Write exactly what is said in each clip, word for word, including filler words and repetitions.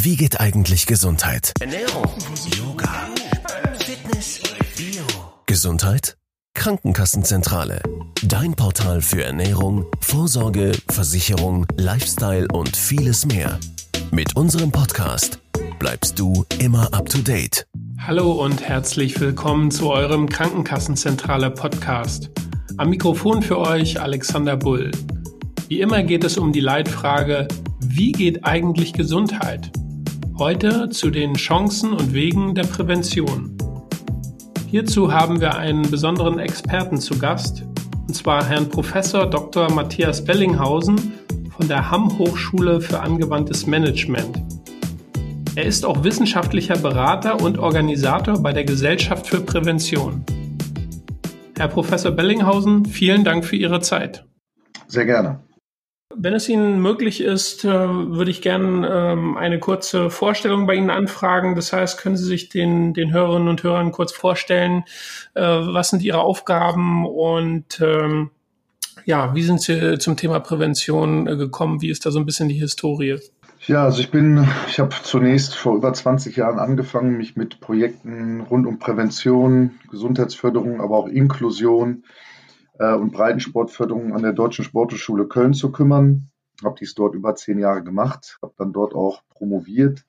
Wie geht eigentlich Gesundheit? Ernährung, Yoga, Fitness, Bio. Gesundheit? Krankenkassenzentrale. Dein Portal für Ernährung, Vorsorge, Versicherung, Lifestyle und vieles mehr. Mit unserem Podcast bleibst du immer up to date. Hallo und herzlich willkommen zu eurem Krankenkassenzentrale-Podcast. Am Mikrofon für euch Alexander Bull. Wie immer geht es um die Leitfrage, wie geht eigentlich Gesundheit? Heute zu den Chancen und Wegen der Prävention. Hierzu haben wir einen besonderen Experten zu Gast, und zwar Herrn Professor Doktor Matthias Bellinghausen von der Hamm Hochschule für angewandtes Management. Er ist auch wissenschaftlicher Berater und Organisator bei der Gesellschaft für Prävention. Herr Professor Bellinghausen, vielen Dank für Ihre Zeit. Sehr gerne. Wenn es Ihnen möglich ist, würde ich gerne eine kurze Vorstellung bei Ihnen anfragen. Das heißt, können Sie sich den, den Hörerinnen und Hörern kurz vorstellen, was sind Ihre Aufgaben und ja, wie sind Sie zum Thema Prävention gekommen? Wie ist da so ein bisschen die Historie? Ja, also ich bin, ich habe zunächst vor über zwanzig Jahren angefangen, mich mit Projekten rund um Prävention, Gesundheitsförderung, aber auch Inklusion und Breitensportförderung an der Deutschen Sporthochschule Köln zu kümmern. Habe dies dort über zehn Jahre gemacht, habe dann dort auch promoviert,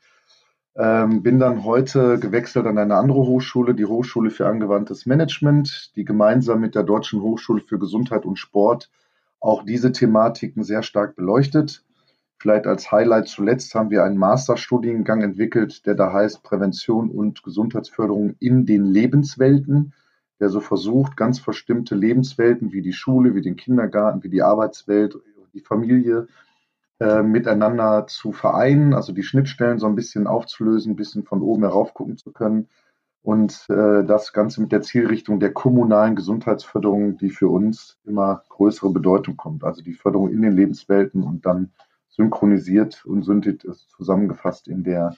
ähm, bin dann heute gewechselt an eine andere Hochschule, die Hochschule für angewandtes Management, die gemeinsam mit der Deutschen Hochschule für Gesundheit und Sport auch diese Thematiken sehr stark beleuchtet. Vielleicht als Highlight zuletzt haben wir einen Masterstudiengang entwickelt, der da heißt Prävention und Gesundheitsförderung in den Lebenswelten, der so versucht, ganz bestimmte Lebenswelten wie die Schule, wie den Kindergarten, wie die Arbeitswelt, die Familie äh, miteinander zu vereinen, also die Schnittstellen so ein bisschen aufzulösen, ein bisschen von oben herauf gucken zu können und äh, das Ganze mit der Zielrichtung der kommunalen Gesundheitsförderung, die für uns immer größere Bedeutung kommt, also die Förderung in den Lebenswelten und dann synchronisiert und zusammengefasst in der,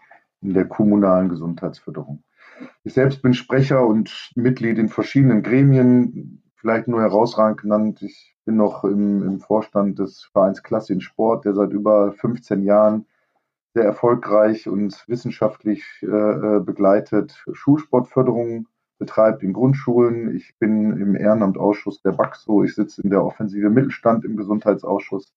in der kommunalen Gesundheitsförderung. Ich selbst bin Sprecher und Mitglied in verschiedenen Gremien, vielleicht nur herausragend genannt. Ich bin noch im, im Vorstand des Vereins Klasse in Sport, der seit über fünfzehn Jahren sehr erfolgreich und wissenschaftlich äh, begleitet Schulsportförderung betreibt in Grundschulen. Ich bin im Ehrenamtausschuss der BAXO, ich sitze in der Offensive Mittelstand im Gesundheitsausschuss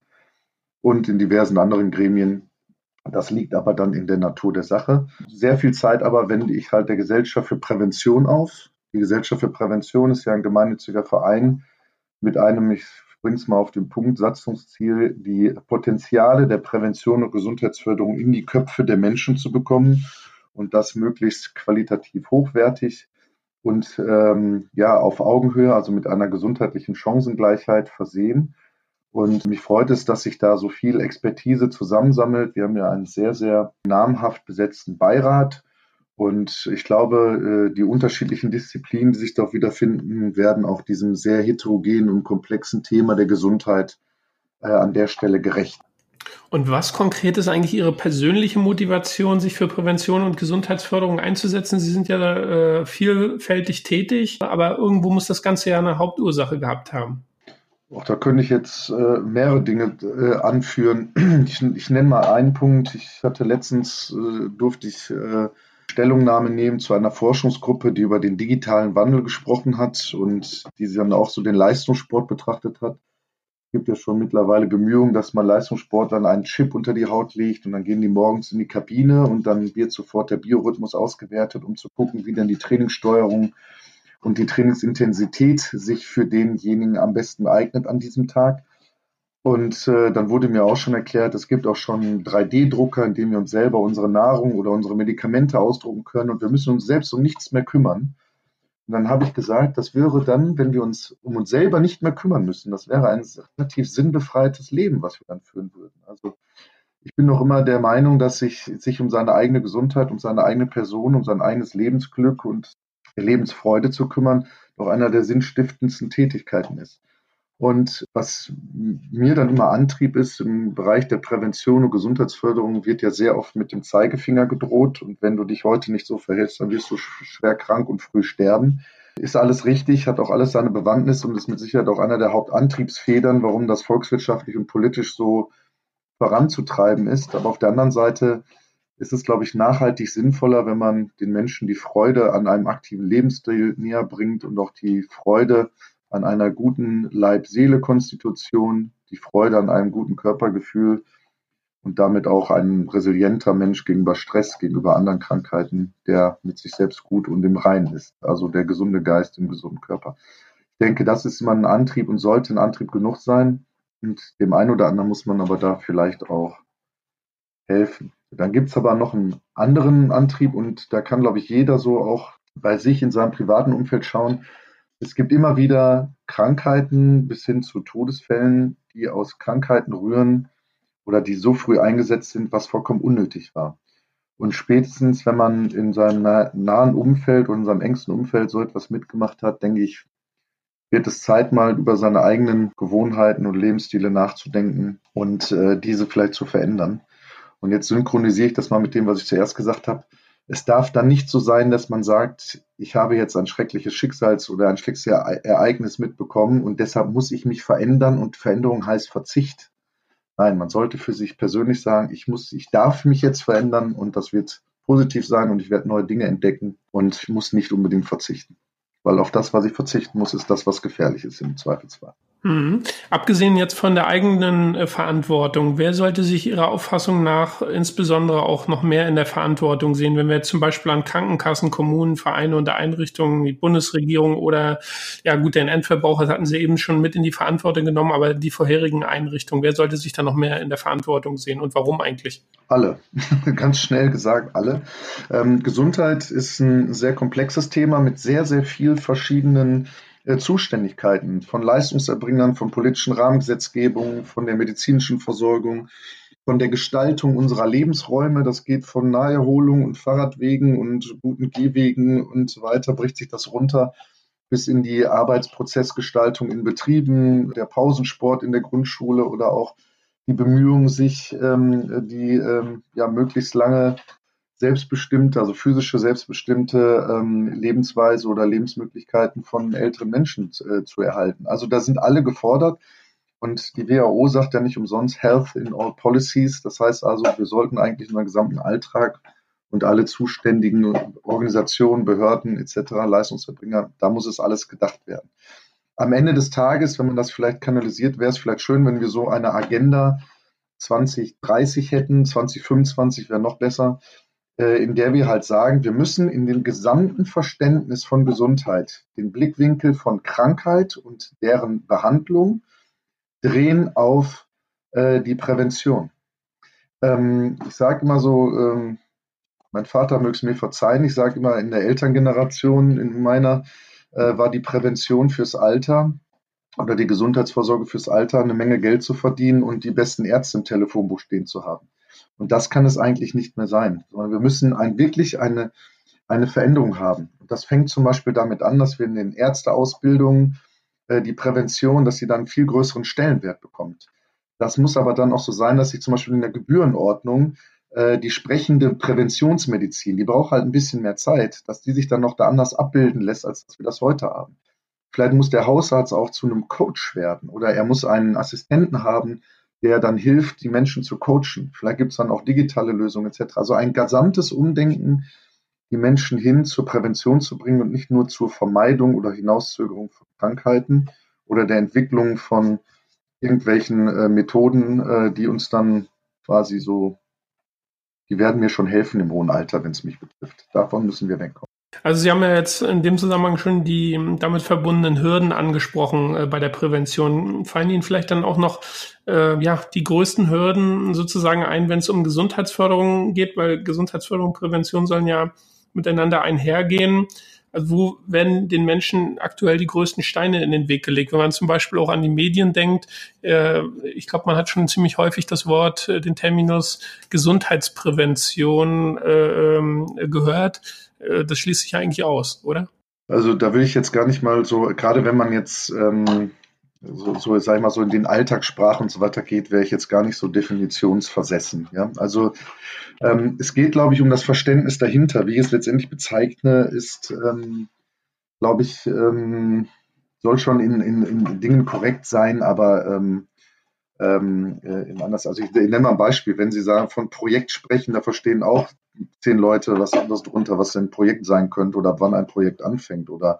und in diversen anderen Gremien. Das liegt aber dann in der Natur der Sache. Sehr viel Zeit aber wende ich halt der Gesellschaft für Prävention auf. Die Gesellschaft für Prävention ist ja ein gemeinnütziger Verein mit einem, ich bringe es mal auf den Punkt, Satzungsziel, die Potenziale der Prävention und Gesundheitsförderung in die Köpfe der Menschen zu bekommen und das möglichst qualitativ hochwertig und ähm, ja auf Augenhöhe, also mit einer gesundheitlichen Chancengleichheit versehen. Und mich freut es, dass sich da so viel Expertise zusammensammelt. Wir haben ja einen sehr, sehr namhaft besetzten Beirat. Und ich glaube, die unterschiedlichen Disziplinen, die sich dort wiederfinden, werden auch diesem sehr heterogenen und komplexen Thema der Gesundheit äh, an der Stelle gerecht. Und was konkret ist eigentlich Ihre persönliche Motivation, sich für Prävention und Gesundheitsförderung einzusetzen? Sie sind ja äh, vielfältig tätig, aber irgendwo muss das Ganze ja eine Hauptursache gehabt haben. Auch da könnte ich jetzt äh, mehrere Dinge äh, anführen. Ich, ich nenne mal einen Punkt. Ich hatte letztens, äh, durfte ich äh, Stellungnahme nehmen zu einer Forschungsgruppe, die über den digitalen Wandel gesprochen hat und die dann auch so den Leistungssport betrachtet hat. Es gibt ja schon mittlerweile Bemühungen, dass man Leistungssportlern einen Chip unter die Haut legt und dann gehen die morgens in die Kabine und dann wird sofort der Biorhythmus ausgewertet, um zu gucken, wie denn die Trainingssteuerung und die Trainingsintensität sich für denjenigen am besten eignet an diesem Tag. Und äh, dann wurde mir auch schon erklärt, es gibt auch schon drei D Drucker, in denen wir uns selber unsere Nahrung oder unsere Medikamente ausdrucken können und wir müssen uns selbst um nichts mehr kümmern. Und dann habe ich gesagt, das wäre dann, wenn wir uns um uns selber nicht mehr kümmern müssen, das wäre ein relativ sinnbefreites Leben, was wir dann führen würden. Also ich bin noch immer der Meinung, dass sich, sich um seine eigene Gesundheit, um seine eigene Person, um sein eigenes Lebensglück und Lebensfreude zu kümmern, doch einer der sinnstiftendsten Tätigkeiten ist. Und was mir dann immer Antrieb ist, im Bereich der Prävention und Gesundheitsförderung wird ja sehr oft mit dem Zeigefinger gedroht. Und wenn du dich heute nicht so verhältst, dann wirst du schwer krank und früh sterben. Ist alles richtig, hat auch alles seine Bewandtnis und ist mit Sicherheit auch einer der Hauptantriebsfedern, warum das volkswirtschaftlich und politisch so voranzutreiben ist. Aber auf der anderen Seite ist es, glaube ich, nachhaltig sinnvoller, wenn man den Menschen die Freude an einem aktiven Lebensstil näher bringt und auch die Freude an einer guten Leib-Seele-Konstitution, die Freude an einem guten Körpergefühl und damit auch ein resilienter Mensch gegenüber Stress, gegenüber anderen Krankheiten, der mit sich selbst gut und im Reinen ist. Also der gesunde Geist im gesunden Körper. Ich denke, das ist immer ein Antrieb und sollte ein Antrieb genug sein. Und dem einen oder anderen muss man aber da vielleicht auch helfen. Dann gibt es aber noch einen anderen Antrieb und da kann, glaube ich, jeder so auch bei sich in seinem privaten Umfeld schauen. Es gibt immer wieder Krankheiten bis hin zu Todesfällen, die aus Krankheiten rühren oder die so früh eingesetzt sind, was vollkommen unnötig war. Und spätestens, wenn man in seinem nahen Umfeld oder in seinem engsten Umfeld so etwas mitgemacht hat, denke ich, wird es Zeit, mal über seine eigenen Gewohnheiten und Lebensstile nachzudenken und äh, diese vielleicht zu verändern. Und jetzt synchronisiere ich das mal mit dem, was ich zuerst gesagt habe. Es darf dann nicht so sein, dass man sagt, ich habe jetzt ein schreckliches Schicksals- oder ein schreckliches Ereignis mitbekommen und deshalb muss ich mich verändern und Veränderung heißt Verzicht. Nein, man sollte für sich persönlich sagen, ich muss, ich darf mich jetzt verändern und das wird positiv sein und ich werde neue Dinge entdecken und ich muss nicht unbedingt verzichten. Weil auf das, was ich verzichten muss, ist das, was gefährlich ist im Zweifelsfall. Mhm. Abgesehen jetzt von der eigenen äh, Verantwortung, wer sollte sich Ihrer Auffassung nach insbesondere auch noch mehr in der Verantwortung sehen, wenn wir jetzt zum Beispiel an Krankenkassen, Kommunen, Vereine und Einrichtungen, die Bundesregierung oder, ja gut, den Endverbraucher hatten Sie eben schon mit in die Verantwortung genommen, aber die vorherigen Einrichtungen, wer sollte sich da noch mehr in der Verantwortung sehen und warum eigentlich? Alle, ganz schnell gesagt, alle. Ähm, Gesundheit ist ein sehr komplexes Thema mit sehr, sehr vielen verschiedenen äh, Zuständigkeiten von Leistungserbringern, von politischen Rahmengesetzgebungen, von der medizinischen Versorgung, von der Gestaltung unserer Lebensräume. Das geht von Naherholung und Fahrradwegen und guten Gehwegen und so weiter, bricht sich das runter bis in die Arbeitsprozessgestaltung in Betrieben, der Pausensport in der Grundschule oder auch die Bemühungen, sich ähm, die ähm, ja, möglichst lange selbstbestimmte, also physische selbstbestimmte ähm, Lebensweise oder Lebensmöglichkeiten von älteren Menschen äh, zu erhalten. Also da sind alle gefordert und die W H O sagt ja nicht umsonst Health in all Policies. Das heißt also, wir sollten eigentlich unseren gesamten Alltag und alle zuständigen Organisationen, Behörden et cetera, Leistungserbringer, da muss es alles gedacht werden. Am Ende des Tages, wenn man das vielleicht kanalisiert, wäre es vielleicht schön, wenn wir so eine Agenda zwanzig dreißig hätten, zwanzig fünfundzwanzig wäre noch besser, äh, in der wir halt sagen, wir müssen in dem gesamten Verständnis von Gesundheit den Blickwinkel von Krankheit und deren Behandlung drehen auf äh, die Prävention. Ähm, ich sage immer so, ähm, mein Vater möge es mir verzeihen, ich sage immer, in der Elterngeneration, in meiner, äh, war die Prävention fürs Alter oder die Gesundheitsvorsorge fürs Alter eine Menge Geld zu verdienen und die besten Ärzte im Telefonbuch stehen zu haben. Und das kann es eigentlich nicht mehr sein, sondern wir müssen ein, wirklich eine, eine Veränderung haben. Und das fängt zum Beispiel damit an, dass wir in den Ärzteausbildungen äh, die Prävention, dass sie dann einen viel größeren Stellenwert bekommt. Das muss aber dann auch so sein, dass sich zum Beispiel in der Gebührenordnung äh, die sprechende Präventionsmedizin, die braucht halt ein bisschen mehr Zeit, dass die sich dann noch da anders abbilden lässt, als dass wir das heute haben. Vielleicht muss der Hausarzt auch zu einem Coach werden oder er muss einen Assistenten haben, der dann hilft, die Menschen zu coachen. Vielleicht gibt es dann auch digitale Lösungen et cetera. Also ein gesamtes Umdenken, die Menschen hin zur Prävention zu bringen und nicht nur zur Vermeidung oder Hinauszögerung von Krankheiten oder der Entwicklung von irgendwelchen äh, Methoden, äh, die uns dann quasi so, die werden mir schon helfen im hohen Alter, wenn es mich betrifft. Davon müssen wir wegkommen. Also Sie haben ja jetzt in dem Zusammenhang schon die damit verbundenen Hürden angesprochen äh, bei der Prävention. Fallen Ihnen vielleicht dann auch noch äh, ja, die größten Hürden sozusagen ein, wenn es um Gesundheitsförderung geht, weil Gesundheitsförderung und Prävention sollen ja miteinander einhergehen. Also wo werden den Menschen aktuell die größten Steine in den Weg gelegt? Wenn man zum Beispiel auch an die Medien denkt, äh, ich glaube, man hat schon ziemlich häufig das Wort, äh, den Terminus Gesundheitsprävention äh, ähm, gehört. Das schließt sich ja eigentlich aus, oder? Also da will ich jetzt gar nicht mal so, gerade wenn man jetzt ähm, so, so, sag ich mal, so in den Alltagssprachen und so weiter geht, wäre ich jetzt gar nicht so definitionsversessen. Ja? Also ähm, es geht, glaube ich, um das Verständnis dahinter. Wie ich es letztendlich bezeichne, ist, ähm, glaube ich, ähm, soll schon in, in, in Dingen korrekt sein, aber ähm, ähm, äh, im anders. Also ich, ich nenne mal ein Beispiel, wenn Sie sagen, von Projekt sprechen, da verstehen auch zehn Leute was anderes drunter, was ein Projekt sein könnte oder wann ein Projekt anfängt. Oder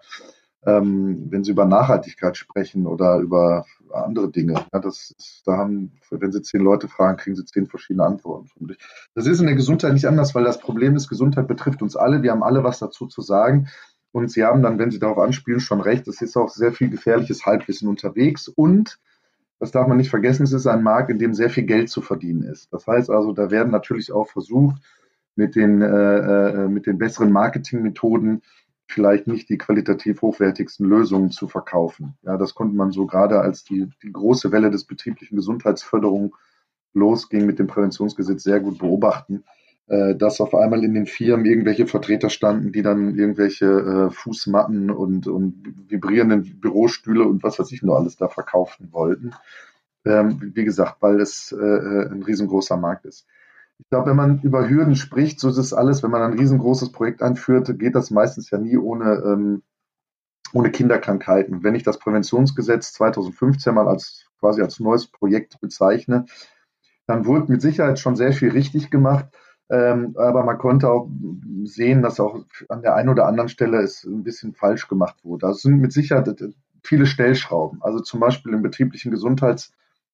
ähm, wenn Sie über Nachhaltigkeit sprechen oder über andere Dinge. Ja, das ist, da haben, wenn Sie zehn Leute fragen, kriegen Sie zehn verschiedene Antworten. Das ist in der Gesundheit nicht anders, weil das Problem ist, Gesundheit betrifft uns alle. Wir haben alle was dazu zu sagen. Und Sie haben dann, wenn Sie darauf anspielen, schon recht. Es ist auch sehr viel gefährliches Halbwissen unterwegs. Und, das darf man nicht vergessen, es ist ein Markt, in dem sehr viel Geld zu verdienen ist. Das heißt also, da werden natürlich auch versucht, mit den, äh, mit den besseren Marketingmethoden vielleicht nicht die qualitativ hochwertigsten Lösungen zu verkaufen. Ja, das konnte man so gerade, als die, die große Welle des betrieblichen Gesundheitsförderung losging mit dem Präventionsgesetz, sehr gut beobachten, äh, dass auf einmal in den Firmen irgendwelche Vertreter standen, die dann irgendwelche äh, Fußmatten und, und vibrierenden Bürostühle und was weiß ich nur alles da verkaufen wollten. Ähm, wie gesagt, weil es äh, ein riesengroßer Markt ist. Ich glaube, wenn man über Hürden spricht, so ist es alles, wenn man ein riesengroßes Projekt einführt, geht das meistens ja nie ohne, ähm, ohne Kinderkrankheiten. Wenn ich das Präventionsgesetz zweitausendfünfzehn mal als quasi als neues Projekt bezeichne, dann wurde mit Sicherheit schon sehr viel richtig gemacht, ähm, aber man konnte auch sehen, dass auch an der einen oder anderen Stelle es ein bisschen falsch gemacht wurde. Das sind mit Sicherheit viele Stellschrauben, also zum Beispiel im betrieblichen Gesundheits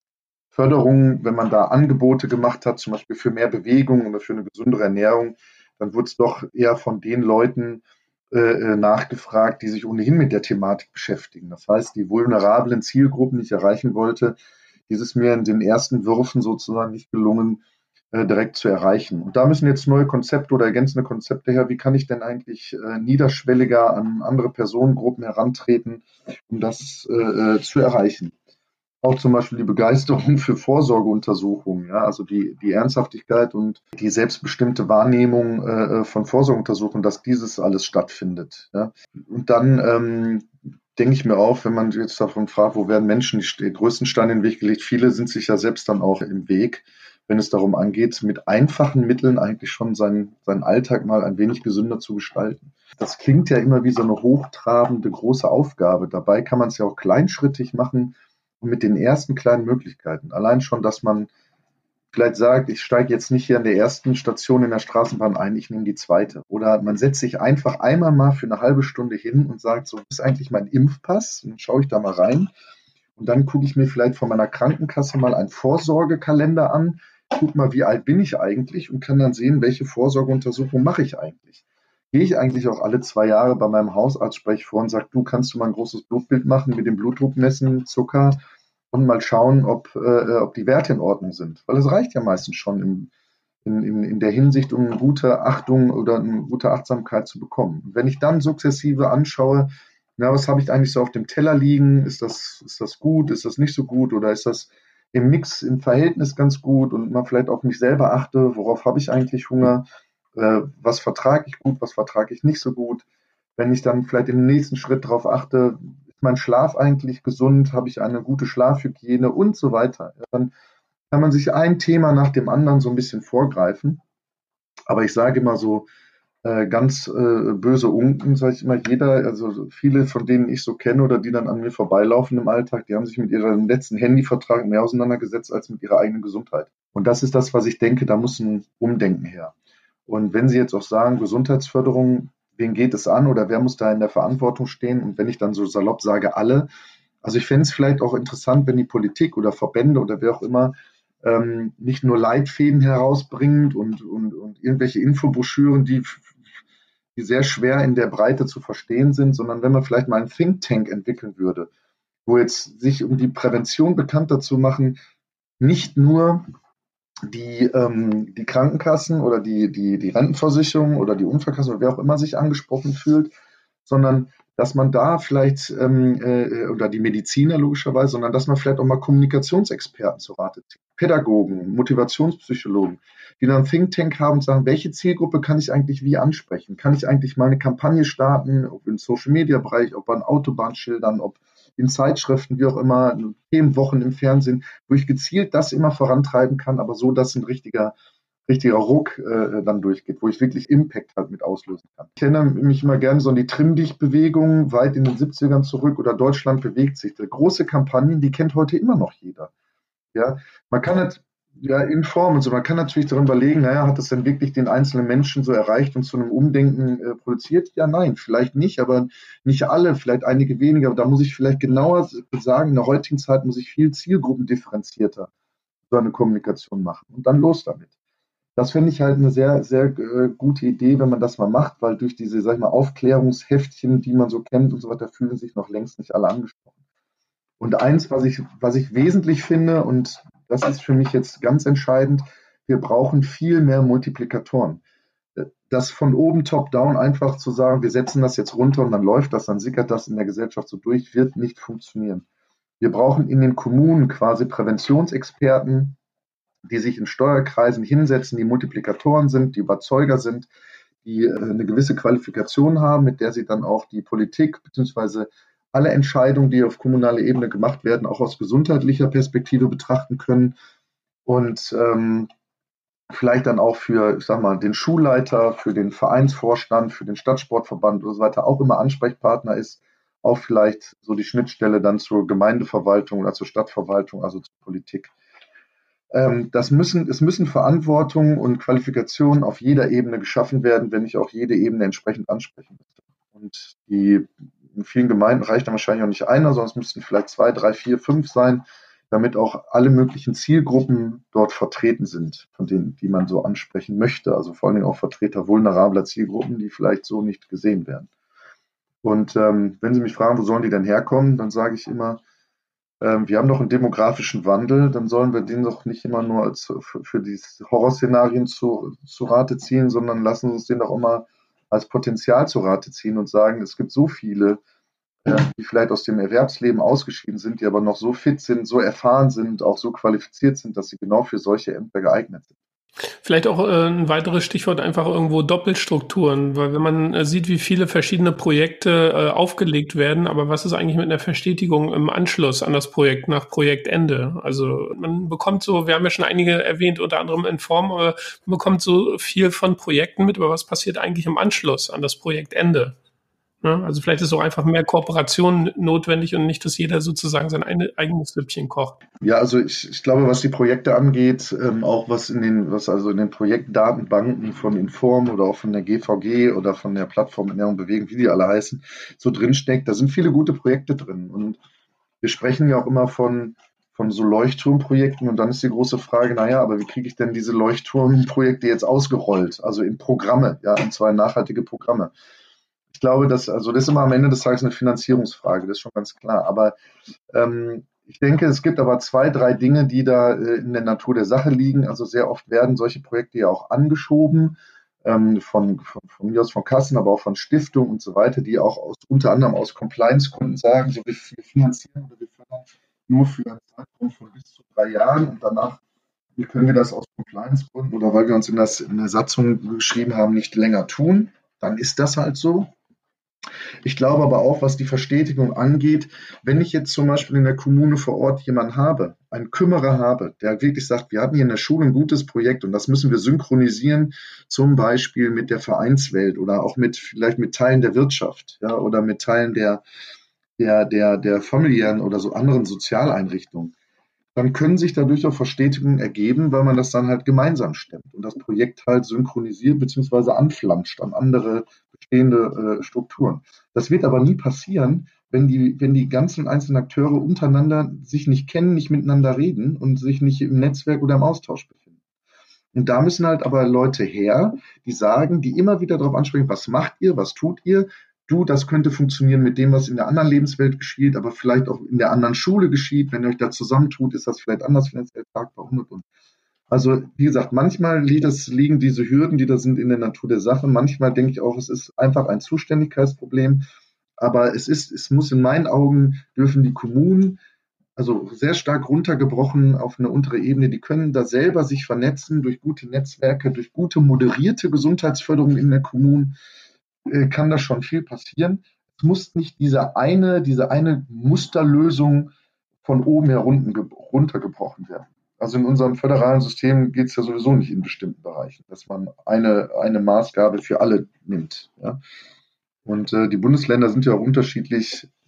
Förderung, wenn man da Angebote gemacht hat, zum Beispiel für mehr Bewegung oder für eine gesündere Ernährung, dann wurde es doch eher von den Leuten äh, nachgefragt, die sich ohnehin mit der Thematik beschäftigen. Das heißt, die vulnerablen Zielgruppen, die ich erreichen wollte, ist es mir in den ersten Würfen sozusagen nicht gelungen, äh, direkt zu erreichen. Und da müssen jetzt neue Konzepte oder ergänzende Konzepte her. Wie kann ich denn eigentlich äh, niederschwelliger an andere Personengruppen herantreten, um das äh, zu erreichen? Auch zum Beispiel die Begeisterung für Vorsorgeuntersuchungen, ja, also die, die Ernsthaftigkeit und die selbstbestimmte Wahrnehmung äh, von Vorsorgeuntersuchungen, dass dieses alles stattfindet. Ja. Und dann ähm, denke ich mir auch, wenn man jetzt davon fragt, wo werden Menschen die größten Steine in den Weg gelegt, viele sind sich ja selbst dann auch im Weg, wenn es darum angeht, mit einfachen Mitteln eigentlich schon seinen, seinen Alltag mal ein wenig gesünder zu gestalten. Das klingt ja immer wie so eine hochtrabende große Aufgabe. Dabei kann man es ja auch kleinschrittig machen, mit den ersten kleinen Möglichkeiten. Allein schon, dass man vielleicht sagt, ich steige jetzt nicht hier an der ersten Station in der Straßenbahn ein, ich nehme die zweite. Oder man setzt sich einfach einmal mal für eine halbe Stunde hin und sagt, so, das ist eigentlich mein Impfpass. Und dann schaue ich da mal rein. Und dann gucke ich mir vielleicht von meiner Krankenkasse mal einen Vorsorgekalender an, guck mal, wie alt bin ich eigentlich und kann dann sehen, welche Vorsorgeuntersuchung mache ich eigentlich. Gehe ich eigentlich auch alle zwei Jahre bei meinem Hausarzt, spreche ich vor und sage, du, kannst du mal ein großes Blutbild machen, mit dem Blutdruck messen, Zucker und mal schauen, ob, äh, ob die Werte in Ordnung sind. Weil es reicht ja meistens schon im, in, in, in der Hinsicht, um eine gute Achtung oder eine gute Achtsamkeit zu bekommen. Und wenn ich dann sukzessive anschaue, na, was habe ich eigentlich so auf dem Teller liegen? Ist das, ist das gut? Ist das nicht so gut? Oder ist das im Mix, im Verhältnis ganz gut? Und mal vielleicht auf mich selber achte, worauf habe ich eigentlich Hunger? Äh, was vertrage ich gut? Was vertrage ich nicht so gut? Wenn ich dann vielleicht im nächsten Schritt darauf achte, ist mein Schlaf eigentlich gesund? Habe ich eine gute Schlafhygiene und so weiter? Ja, dann kann man sich ein Thema nach dem anderen so ein bisschen vorgreifen. Aber ich sage immer so, äh, ganz äh, böse Unken, sage ich immer, jeder, also viele von denen ich so kenne oder die dann an mir vorbeilaufen im Alltag, die haben sich mit ihrem letzten Handyvertrag mehr auseinandergesetzt als mit ihrer eigenen Gesundheit. Und das ist das, was ich denke, da muss ein Umdenken her. Und wenn Sie jetzt auch sagen, Gesundheitsförderung, wen geht es an oder wer muss da in der Verantwortung stehen? Und wenn ich dann so salopp sage, alle, also ich fände es vielleicht auch interessant, wenn die Politik oder Verbände oder wer auch immer ähm, nicht nur Leitfäden herausbringt und, und, und irgendwelche Infobroschüren, die, die sehr schwer in der Breite zu verstehen sind, sondern wenn man vielleicht mal einen Think Tank entwickeln würde, wo jetzt sich um die Prävention bekannter zu machen, nicht nur die, ähm, die Krankenkassen oder die, die, die Rentenversicherung oder die Unfallkassen oder wer auch immer sich angesprochen fühlt, sondern dass man da vielleicht, ähm, äh, oder die Mediziner logischerweise, sondern dass man vielleicht auch mal Kommunikationsexperten zu Rate zieht, Pädagogen, Motivationspsychologen, die dann einen Think Tank haben und sagen, welche Zielgruppe kann ich eigentlich wie ansprechen? Kann ich eigentlich mal eine Kampagne starten, ob im Social-Media-Bereich, ob an Autobahnschildern, ob in Zeitschriften, wie auch immer, Themenwochen im Fernsehen, wo ich gezielt das immer vorantreiben kann, aber so, dass ein richtiger, richtiger Ruck äh, dann durchgeht, wo ich wirklich Impact halt mit auslösen kann. Ich erinnere mich immer gerne so an die Trimm-Dich-Bewegung weit in den siebzigern zurück oder Deutschland bewegt sich. Die große Kampagnen, die kennt heute immer noch jeder. Ja, man kann nicht, ja, in Form und so, man kann natürlich darüber überlegen, naja, hat das denn wirklich den einzelnen Menschen so erreicht und zu einem Umdenken äh, produziert? Ja, nein, vielleicht nicht, aber nicht alle, vielleicht einige weniger. Aber da muss ich vielleicht genauer sagen, in der heutigen Zeit muss ich viel zielgruppendifferenzierter so eine Kommunikation machen und dann los damit. Das finde ich halt eine sehr, sehr äh, gute Idee, wenn man das mal macht, weil durch diese, sag ich mal, Aufklärungsheftchen, die man so kennt und so weiter, fühlen sich noch längst nicht alle angesprochen. Und eins, was ich, was ich wesentlich finde, und das ist für mich jetzt ganz entscheidend, wir brauchen viel mehr Multiplikatoren. Das von oben top-down einfach zu sagen, wir setzen das jetzt runter und dann läuft das, dann sickert das in der Gesellschaft so durch, wird nicht funktionieren. Wir brauchen in den Kommunen quasi Präventionsexperten, die sich in Steuerkreisen hinsetzen, die Multiplikatoren sind, die Überzeuger sind, die eine gewisse Qualifikation haben, mit der sie dann auch die Politik bzw. alle Entscheidungen, die auf kommunaler Ebene gemacht werden, auch aus gesundheitlicher Perspektive betrachten können und ähm, vielleicht dann auch für, ich sag mal, den Schulleiter, für den Vereinsvorstand, für den Stadtsportverband und so weiter auch immer Ansprechpartner ist, auch vielleicht so die Schnittstelle dann zur Gemeindeverwaltung oder zur Stadtverwaltung, also zur Politik. Ähm, das müssen, es müssen Verantwortung und Qualifikationen auf jeder Ebene geschaffen werden, wenn ich auch jede Ebene entsprechend ansprechen müsste. Und die in vielen Gemeinden reicht dann wahrscheinlich auch nicht einer, sondern es müssten vielleicht zwei, drei, vier, fünf sein, damit auch alle möglichen Zielgruppen dort vertreten sind, von denen, die man so ansprechen möchte. Also vor allen Dingen auch Vertreter vulnerabler Zielgruppen, die vielleicht so nicht gesehen werden. Und ähm, wenn Sie mich fragen, wo sollen die denn herkommen, dann sage ich immer, ähm, wir haben doch einen demografischen Wandel, dann sollen wir den doch nicht immer nur als, für, für die Horrorszenarien zu, zu Rate ziehen, sondern lassen uns den doch immer als Potenzial zu Rate ziehen und sagen, es gibt so viele, äh, die vielleicht aus dem Erwerbsleben ausgeschieden sind, die aber noch so fit sind, so erfahren sind, auch so qualifiziert sind, dass sie genau für solche Ämter geeignet sind. Vielleicht auch äh, ein weiteres Stichwort einfach irgendwo Doppelstrukturen, weil wenn man äh, sieht, wie viele verschiedene Projekte äh, aufgelegt werden, aber was ist eigentlich mit einer Verstetigung im Anschluss an das Projekt nach Projektende? Also man bekommt so, wir haben ja schon einige erwähnt, unter anderem in Form, aber man bekommt so viel von Projekten mit, aber was passiert eigentlich im Anschluss an das Projektende? Ja, also vielleicht ist auch einfach mehr Kooperation notwendig und nicht, dass jeder sozusagen sein eigenes Süppchen kocht. Ja, also ich, ich glaube, was die Projekte angeht, ähm, auch was in den, was also in den Projektdatenbanken von Inform oder auch von der G V G oder von der Plattform Ernährung bewegen, wie die alle heißen, so drinsteckt, da sind viele gute Projekte drin. Und wir sprechen ja auch immer von, von so Leuchtturmprojekten und dann ist die große Frage, naja, aber wie kriege ich denn diese Leuchtturmprojekte jetzt ausgerollt? Also in Programme, ja, und zwar in nachhaltige Programme. Ich glaube, dass, also das ist immer am Ende des Tages eine Finanzierungsfrage, das ist schon ganz klar. Aber ähm, ich denke, es gibt aber zwei, drei Dinge, die da äh, in der Natur der Sache liegen. Also sehr oft werden solche Projekte ja auch angeschoben, ähm, von, von, von mir aus von Kassen, aber auch von Stiftungen und so weiter, die auch aus, unter anderem aus Compliance-Gründen sagen, so wir, wir finanzieren oder wir fördern nur für einen Zeitraum von bis zu drei Jahren und danach wie können wir das aus Compliance-Gründen oder weil wir uns in, das, in der Satzung geschrieben haben, nicht länger tun. Dann ist das halt so. Ich glaube aber auch, was die Verstetigung angeht, wenn ich jetzt zum Beispiel in der Kommune vor Ort jemanden habe, einen Kümmerer habe, der wirklich sagt, wir hatten hier in der Schule ein gutes Projekt und das müssen wir synchronisieren, zum Beispiel mit der Vereinswelt oder auch mit vielleicht mit Teilen der Wirtschaft, ja, oder mit Teilen der, der, der, der familiären oder so anderen Sozialeinrichtungen, dann können sich dadurch auch Verstetigungen ergeben, weil man das dann halt gemeinsam stemmt und das Projekt halt synchronisiert bzw. anflanscht an andere bestehende äh, Strukturen. Das wird aber nie passieren, wenn die, wenn die ganzen einzelnen Akteure untereinander sich nicht kennen, nicht miteinander reden und sich nicht im Netzwerk oder im Austausch befinden. Und da müssen halt aber Leute her, die sagen, die immer wieder darauf ansprechen, was macht ihr, was tut ihr? Du, das könnte funktionieren mit dem, was in der anderen Lebenswelt geschieht, aber vielleicht auch in der anderen Schule geschieht. Wenn ihr euch da zusammentut, ist das vielleicht anders finanziell tragbar und und und. Also, wie gesagt, manchmal liegen diese Hürden, die da sind, in der Natur der Sache. Manchmal denke ich auch, es ist einfach ein Zuständigkeitsproblem. Aber es ist, es muss in meinen Augen, dürfen die Kommunen, also sehr stark runtergebrochen auf eine untere Ebene, die können da selber sich vernetzen durch gute Netzwerke, durch gute moderierte Gesundheitsförderung in der Kommune. Kann da schon viel passieren. Es muss nicht diese eine, diese eine Musterlösung von oben her runtergebrochen werden. Also in unserem föderalen System geht es ja sowieso nicht in bestimmten Bereichen, dass man eine, eine Maßgabe für alle nimmt. Ja. Und äh, die Bundesländer sind ja auch unterschiedlich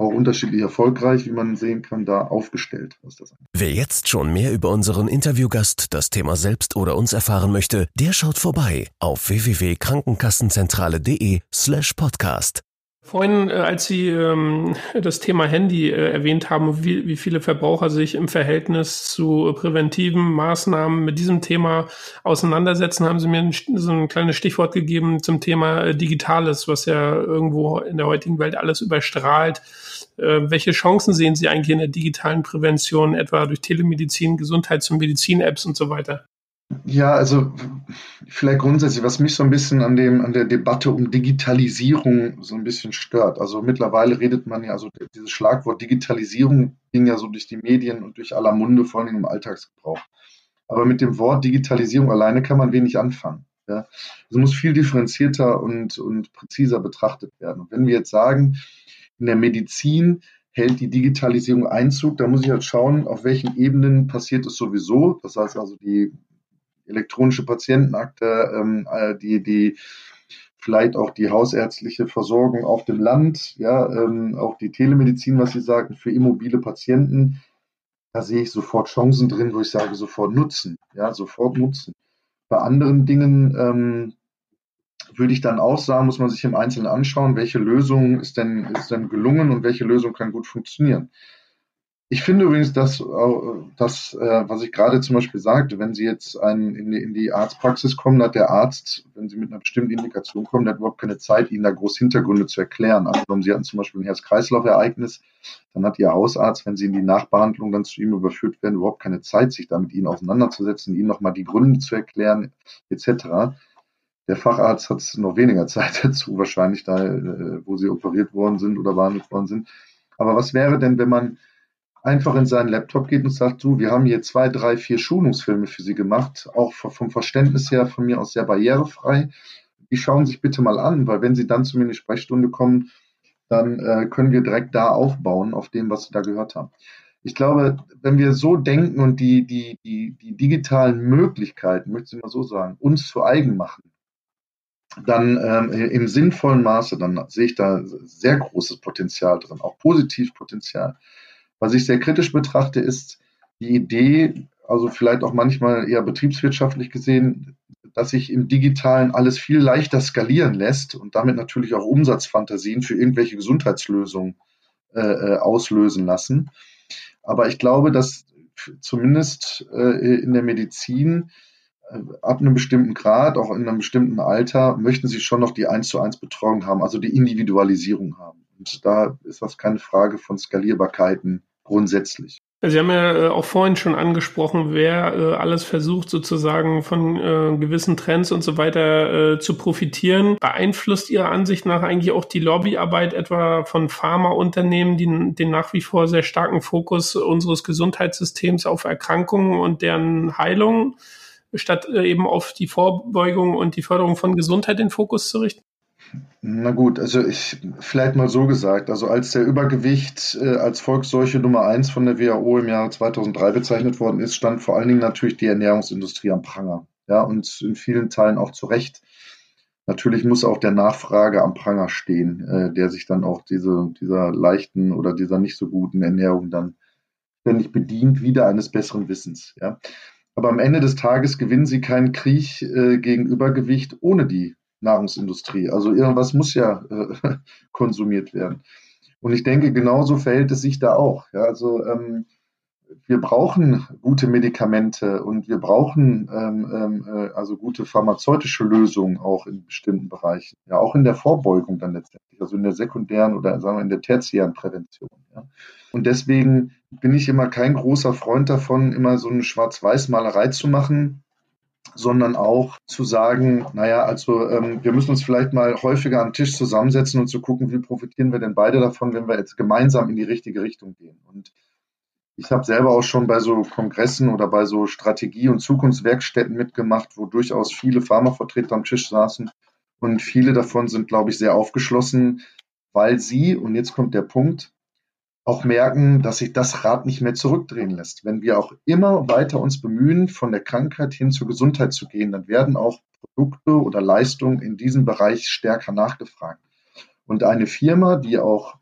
auch unterschiedlich erfolgreich, wie man sehen kann, da aufgestellt. Was das angeht. Wer jetzt schon mehr über unseren Interviewgast, das Thema selbst oder uns erfahren möchte, der schaut vorbei auf w w w punkt krankenkassenzentrale punkt de slash podcast. Vorhin, äh, als Sie ähm, das Thema Handy äh, erwähnt haben, wie, wie viele Verbraucher sich im Verhältnis zu äh, präventiven Maßnahmen mit diesem Thema auseinandersetzen, haben Sie mir ein, so ein kleines Stichwort gegeben zum Thema äh, Digitales, was ja irgendwo in der heutigen Welt alles überstrahlt. Äh, welche Chancen sehen Sie eigentlich in der digitalen Prävention, etwa durch Telemedizin, Gesundheits- und Medizin-Apps und so weiter? Ja, also vielleicht grundsätzlich, was mich so ein bisschen an dem, an der Debatte um Digitalisierung so ein bisschen stört. Also mittlerweile redet man ja, also dieses Schlagwort Digitalisierung ging ja so durch die Medien und durch aller Munde, vor allem im Alltagsgebrauch. Aber mit dem Wort Digitalisierung alleine kann man wenig anfangen. Ja. Es muss viel differenzierter und, und präziser betrachtet werden. Und wenn wir jetzt sagen, in der Medizin hält die Digitalisierung Einzug, da muss ich halt schauen, auf welchen Ebenen passiert es sowieso. Das heißt also die elektronische Patientenakte, ähm, die, die vielleicht auch die hausärztliche Versorgung auf dem Land, ja, ähm, auch die Telemedizin, was Sie sagten, für immobile Patienten, da sehe ich sofort Chancen drin, wo ich sage, sofort nutzen, ja, sofort nutzen. Bei anderen Dingen ähm, würde ich dann auch sagen, muss man sich im Einzelnen anschauen, welche Lösung ist denn, ist denn gelungen und welche Lösung kann gut funktionieren. Ich finde übrigens, dass das, was ich gerade zum Beispiel sagte, wenn Sie jetzt ein, in, die, in die Arztpraxis kommen, hat der Arzt, wenn Sie mit einer bestimmten Indikation kommen, der hat überhaupt keine Zeit, Ihnen da groß Hintergründe zu erklären. Angenommen, Sie hatten zum Beispiel ein Herz-Kreislauf-Ereignis, dann hat Ihr Hausarzt, wenn Sie in die Nachbehandlung dann zu ihm überführt werden, überhaupt keine Zeit, sich da mit Ihnen auseinanderzusetzen, Ihnen nochmal die Gründe zu erklären, et cetera. Der Facharzt hat noch weniger Zeit dazu, wahrscheinlich da, wo Sie operiert worden sind oder behandelt worden sind. Aber was wäre denn, wenn man einfach in seinen Laptop geht und sagt, du, wir haben hier zwei, drei, vier Schulungsfilme für Sie gemacht, auch vom Verständnis her von mir aus sehr barrierefrei. Die schauen sich bitte mal an, weil wenn Sie dann zu mir in die Sprechstunde kommen, dann äh, können wir direkt da aufbauen auf dem, was Sie da gehört haben. Ich glaube, wenn wir so denken und die, die, die, die digitalen Möglichkeiten, möchte ich mal so sagen, uns zu eigen machen, dann ähm, im sinnvollen Maße, dann sehe ich da sehr großes Potenzial drin, auch positives Potenzial. Was ich sehr kritisch betrachte, ist die Idee, also vielleicht auch manchmal eher betriebswirtschaftlich gesehen, dass sich im Digitalen alles viel leichter skalieren lässt und damit natürlich auch Umsatzfantasien für irgendwelche Gesundheitslösungen äh, auslösen lassen. Aber ich glaube, dass zumindest äh, in der Medizin äh, ab einem bestimmten Grad, auch in einem bestimmten Alter, möchten sie schon noch die eins zu eins Betreuung haben, also die Individualisierung haben. Und da ist das keine Frage von Skalierbarkeiten grundsätzlich. Sie haben ja auch vorhin schon angesprochen, wer äh, alles versucht, sozusagen von äh, gewissen Trends und so weiter äh, zu profitieren. Beeinflusst Ihrer Ansicht nach eigentlich auch die Lobbyarbeit etwa von Pharmaunternehmen, die den nach wie vor sehr starken Fokus unseres Gesundheitssystems auf Erkrankungen und deren Heilung, statt äh, eben auf die Vorbeugung und die Förderung von Gesundheit den Fokus zu richten? Na gut, also ich vielleicht mal so gesagt, also als der Übergewicht äh, als Volksseuche Nummer eins von der W H O im Jahre zweitausenddrei bezeichnet worden ist, stand vor allen Dingen natürlich die Ernährungsindustrie am Pranger. Ja, und in vielen Teilen auch zu Recht. Natürlich muss auch der Nachfrage am Pranger stehen, äh, der sich dann auch diese, dieser leichten oder dieser nicht so guten Ernährung dann ständig bedient, wieder eines besseren Wissens. Ja. Aber am Ende des Tages gewinnen sie keinen Krieg äh, gegen Übergewicht ohne die Nahrungsindustrie. Also irgendwas muss ja äh, konsumiert werden. Und ich denke, genauso verhält es sich da auch. Ja, also ähm, wir brauchen gute Medikamente und wir brauchen ähm, äh, also gute pharmazeutische Lösungen auch in bestimmten Bereichen. Ja, auch in der Vorbeugung dann letztendlich, also in der sekundären oder sagen wir in der tertiären Prävention. Ja. Und deswegen bin ich immer kein großer Freund davon, immer so eine Schwarz-Weiß-Malerei zu machen, sondern auch zu sagen, naja, also ähm, wir müssen uns vielleicht mal häufiger am Tisch zusammensetzen und zu gucken, wie profitieren wir denn beide davon, wenn wir jetzt gemeinsam in die richtige Richtung gehen. Und ich habe selber auch schon bei so Kongressen oder bei so Strategie- und Zukunftswerkstätten mitgemacht, wo durchaus viele Pharmavertreter am Tisch saßen. Und viele davon sind, glaube ich, sehr aufgeschlossen, weil sie, und jetzt kommt der Punkt, auch merken, dass sich das Rad nicht mehr zurückdrehen lässt. Wenn wir auch immer weiter uns bemühen, von der Krankheit hin zur Gesundheit zu gehen, dann werden auch Produkte oder Leistungen in diesem Bereich stärker nachgefragt. Und eine Firma, die auch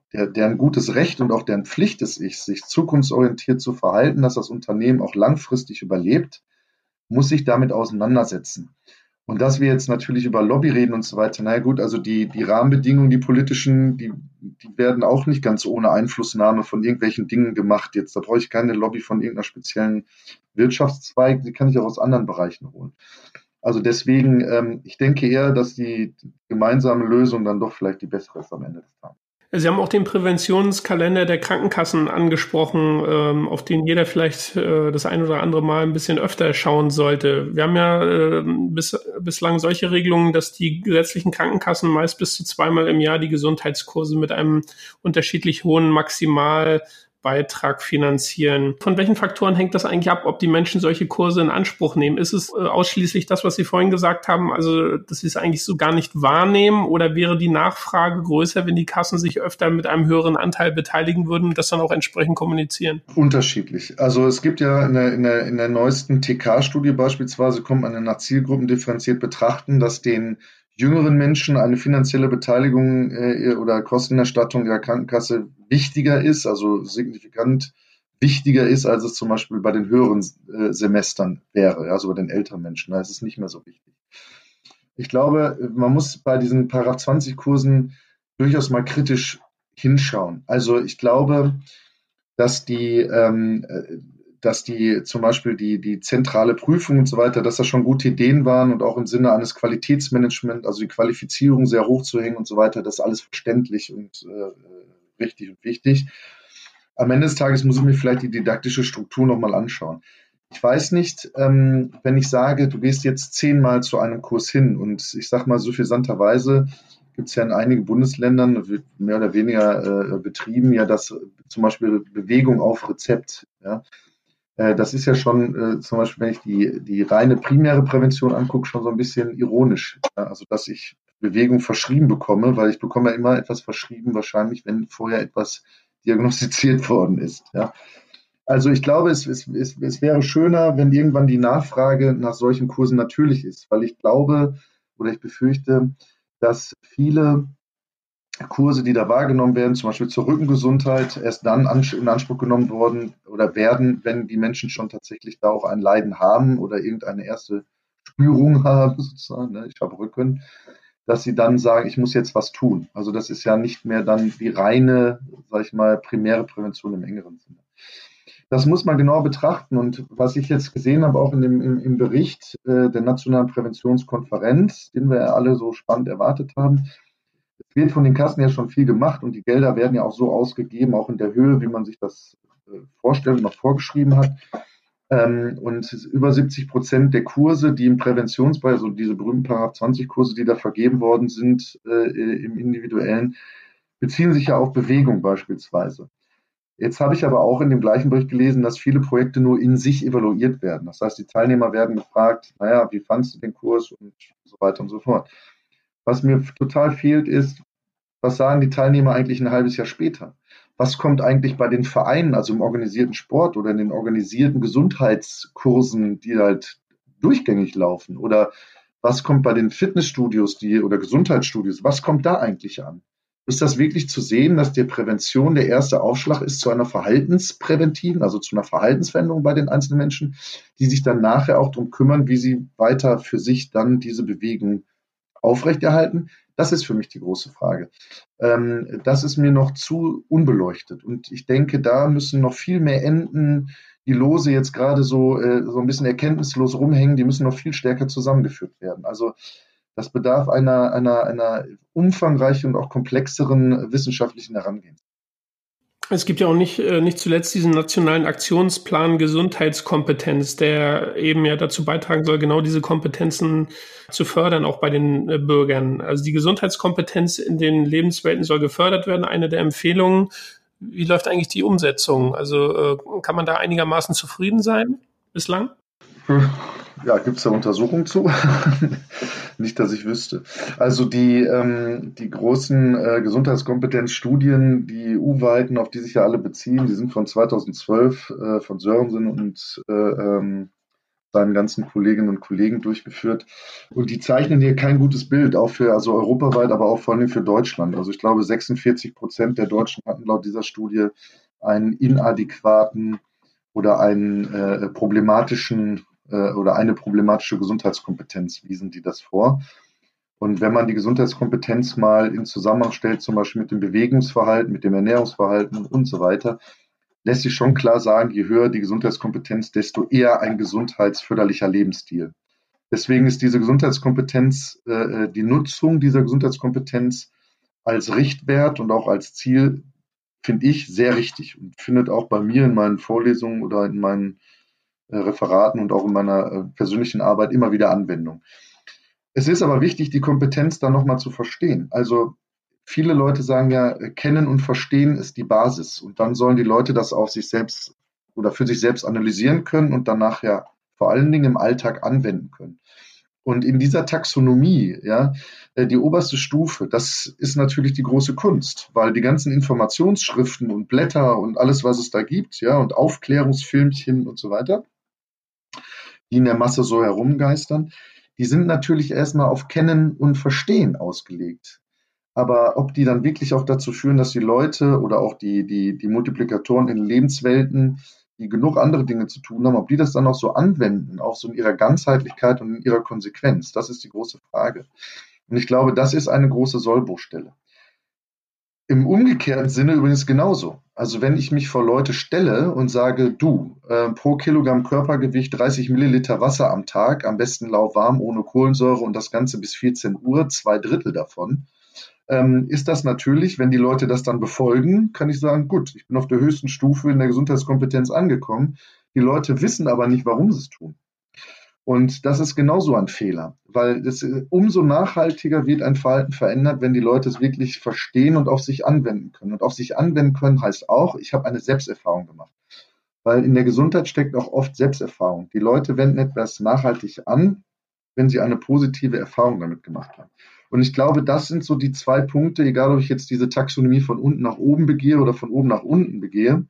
der, deren gutes Recht und auch deren Pflicht es ist, sich zukunftsorientiert zu verhalten, dass das Unternehmen auch langfristig überlebt, muss sich damit auseinandersetzen. Und dass wir jetzt natürlich über Lobby reden und so weiter, naja gut, also die, die Rahmenbedingungen, die politischen, die, die werden auch nicht ganz ohne Einflussnahme von irgendwelchen Dingen gemacht. Jetzt, da brauche ich keine Lobby von irgendeiner speziellen Wirtschaftszweig, die kann ich auch aus anderen Bereichen holen. Also deswegen, ähm, ich denke eher, dass die gemeinsame Lösung dann doch vielleicht die bessere ist am Ende des Tages. Sie haben auch den Präventionskalender der Krankenkassen angesprochen, ähm, auf den jeder vielleicht äh, das ein oder andere Mal ein bisschen öfter schauen sollte. Wir haben ja äh, bis, bislang solche Regelungen, dass die gesetzlichen Krankenkassen meist bis zu zweimal im Jahr die Gesundheitskurse mit einem unterschiedlich hohen Maximalbeitrag finanzieren. Von welchen Faktoren hängt das eigentlich ab, ob die Menschen solche Kurse in Anspruch nehmen? Ist es äh, ausschließlich das, was Sie vorhin gesagt haben, also dass sie es eigentlich so gar nicht wahrnehmen, oder wäre die Nachfrage größer, wenn die Kassen sich öfter mit einem höheren Anteil beteiligen würden und das dann auch entsprechend kommunizieren? Unterschiedlich. Also es gibt ja in der, in der, in der neuesten T K-Studie beispielsweise, kommt man nach Zielgruppen differenziert betrachten, dass den jüngeren Menschen eine finanzielle Beteiligung äh, oder Kostenerstattung der Krankenkasse wichtiger ist, also signifikant wichtiger ist, als es zum Beispiel bei den höheren äh, Semestern wäre, also bei den älteren Menschen. Da ist es nicht mehr so wichtig. Ich glaube, man muss bei diesen Paragraph zwanzig Kursen durchaus mal kritisch hinschauen. Also ich glaube, dass die, ähm, dass die zum Beispiel die, die zentrale Prüfung und so weiter, dass das schon gute Ideen waren und auch im Sinne eines Qualitätsmanagements, also die Qualifizierung sehr hoch zu hängen und so weiter, das ist alles verständlich und äh, richtig und wichtig. Am Ende des Tages muss ich mir vielleicht die didaktische Struktur nochmal anschauen. Ich weiß nicht, ähm, wenn ich sage, du gehst jetzt zehnmal zu einem Kurs hin und ich sage mal suffisanterweise, gibt es ja in einigen Bundesländern, wird mehr oder weniger äh, betrieben, ja, dass zum Beispiel Bewegung auf Rezept, ja, äh, das ist ja schon äh, zum Beispiel, wenn ich die, die reine primäre Prävention angucke, schon so ein bisschen ironisch, ja, also dass ich Bewegung verschrieben bekomme, weil ich bekomme ja immer etwas verschrieben, wahrscheinlich, wenn vorher etwas diagnostiziert worden ist, ja. Also ich glaube, es, es, es, es wäre schöner, wenn irgendwann die Nachfrage nach solchen Kursen natürlich ist, weil ich glaube oder ich befürchte, dass viele Kurse, die da wahrgenommen werden, zum Beispiel zur Rückengesundheit, erst dann in Anspruch genommen worden oder werden, wenn die Menschen schon tatsächlich da auch ein Leiden haben oder irgendeine erste Spürung haben, sozusagen, ne, ich habe Rücken, dass sie dann sagen, ich muss jetzt was tun. Also das ist ja nicht mehr dann die reine, sag ich mal, primäre Prävention im engeren Sinne. Das muss man genau betrachten. Und was ich jetzt gesehen habe, auch in dem, im, im Bericht äh, der Nationalen Präventionskonferenz, den wir ja alle so spannend erwartet haben, es wird von den Kassen ja schon viel gemacht und die Gelder werden ja auch so ausgegeben, auch in der Höhe, wie man sich das äh, vorstellt und noch vorgeschrieben hat. Ähm, und über siebzig Prozent der Kurse, die im Präventionsbereich, also diese berühmten Paragraph zwanzig Kurse, die da vergeben worden sind äh, im Individuellen, beziehen sich ja auf Bewegung beispielsweise. Jetzt habe ich aber auch in dem gleichen Bericht gelesen, dass viele Projekte nur in sich evaluiert werden. Das heißt, die Teilnehmer werden gefragt, naja, wie fandst du den Kurs und so weiter und so fort. Was mir total fehlt ist, was sagen die Teilnehmer eigentlich ein halbes Jahr später? Was kommt eigentlich bei den Vereinen, also im organisierten Sport oder in den organisierten Gesundheitskursen, die halt durchgängig laufen? Oder was kommt bei den Fitnessstudios die, oder Gesundheitsstudios? Was kommt da eigentlich an? Ist das wirklich zu sehen, dass die Prävention der erste Aufschlag ist zu einer verhaltenspräventiven, also zu einer Verhaltensveränderung bei den einzelnen Menschen, die sich dann nachher auch darum kümmern, wie sie weiter für sich dann diese Bewegung aufrechterhalten? Das ist für mich die große Frage. Ähm, das ist mir noch zu unbeleuchtet. Und ich denke, da müssen noch viel mehr Enden, die Lose jetzt gerade so, äh, so ein bisschen erkenntnislos rumhängen, die müssen noch viel stärker zusammengeführt werden. Also das bedarf einer, einer, einer umfangreichen und auch komplexeren wissenschaftlichen Herangehensweise. Es gibt ja auch nicht, nicht zuletzt diesen nationalen Aktionsplan Gesundheitskompetenz, der eben ja dazu beitragen soll, genau diese Kompetenzen zu fördern, auch bei den Bürgern. Also die Gesundheitskompetenz in den Lebenswelten soll gefördert werden. Eine der Empfehlungen. Wie läuft eigentlich die Umsetzung? Also kann man da einigermaßen zufrieden sein bislang? Hm. Ja, gibt es da Untersuchungen zu? Nicht, dass ich wüsste. Also die, ähm, die großen äh, Gesundheitskompetenzstudien, die E U-weiten, auf die sich ja alle beziehen, die sind von zweitausendzwölf äh, von Sörensen und äh, ähm, seinen ganzen Kolleginnen und Kollegen durchgeführt. Und die zeichnen hier kein gutes Bild, auch für, also europaweit, aber auch vor allem für Deutschland. Also ich glaube, sechsundvierzig Prozent der Deutschen hatten laut dieser Studie einen inadäquaten oder einen äh, problematischen äh, oder eine problematische Gesundheitskompetenz, wiesen die das vor. Und wenn man die Gesundheitskompetenz mal in Zusammenhang stellt, zum Beispiel mit dem Bewegungsverhalten, mit dem Ernährungsverhalten und so weiter, lässt sich schon klar sagen, je höher die Gesundheitskompetenz, desto eher ein gesundheitsförderlicher Lebensstil. Deswegen ist diese Gesundheitskompetenz, äh, die Nutzung dieser Gesundheitskompetenz als Richtwert und auch als Ziel, finde ich, sehr richtig und findet auch bei mir in meinen Vorlesungen oder in meinen äh, Referaten und auch in meiner äh, persönlichen Arbeit immer wieder Anwendung. Es ist aber wichtig, die Kompetenz dann nochmal zu verstehen. Also viele Leute sagen ja, kennen und verstehen ist die Basis. Und dann sollen die Leute das auf sich selbst oder für sich selbst analysieren können und danach ja vor allen Dingen im Alltag anwenden können. Und in dieser Taxonomie, ja, die oberste Stufe, das ist natürlich die große Kunst, weil die ganzen Informationsschriften und Blätter und alles, was es da gibt, ja, und Aufklärungsfilmchen und so weiter, die in der Masse so herumgeistern, die sind natürlich erstmal auf Kennen und Verstehen ausgelegt. Aber ob die dann wirklich auch dazu führen, dass die Leute oder auch die, die, die Multiplikatoren in Lebenswelten, die genug andere Dinge zu tun haben, ob die das dann auch so anwenden, auch so in ihrer Ganzheitlichkeit und in ihrer Konsequenz, das ist die große Frage. Und ich glaube, das ist eine große Sollbruchstelle. Im umgekehrten Sinne übrigens genauso. Also wenn ich mich vor Leute stelle und sage, du, äh, pro Kilogramm Körpergewicht dreißig Milliliter Wasser am Tag, am besten lauwarm, ohne Kohlensäure und das Ganze bis vierzehn Uhr, zwei Drittel davon, ähm, ist das natürlich, wenn die Leute das dann befolgen, kann ich sagen, gut, ich bin auf der höchsten Stufe in der Gesundheitskompetenz angekommen. Die Leute wissen aber nicht, warum sie es tun. Und das ist genauso ein Fehler, weil das, umso nachhaltiger wird ein Verhalten verändert, wenn die Leute es wirklich verstehen und auf sich anwenden können. Und auf sich anwenden können heißt auch, ich habe eine Selbsterfahrung gemacht. Weil in der Gesundheit steckt auch oft Selbsterfahrung. Die Leute wenden etwas nachhaltig an, wenn sie eine positive Erfahrung damit gemacht haben. Und ich glaube, das sind so die zwei Punkte, egal ob ich jetzt diese Taxonomie von unten nach oben begehe oder von oben nach unten begehe,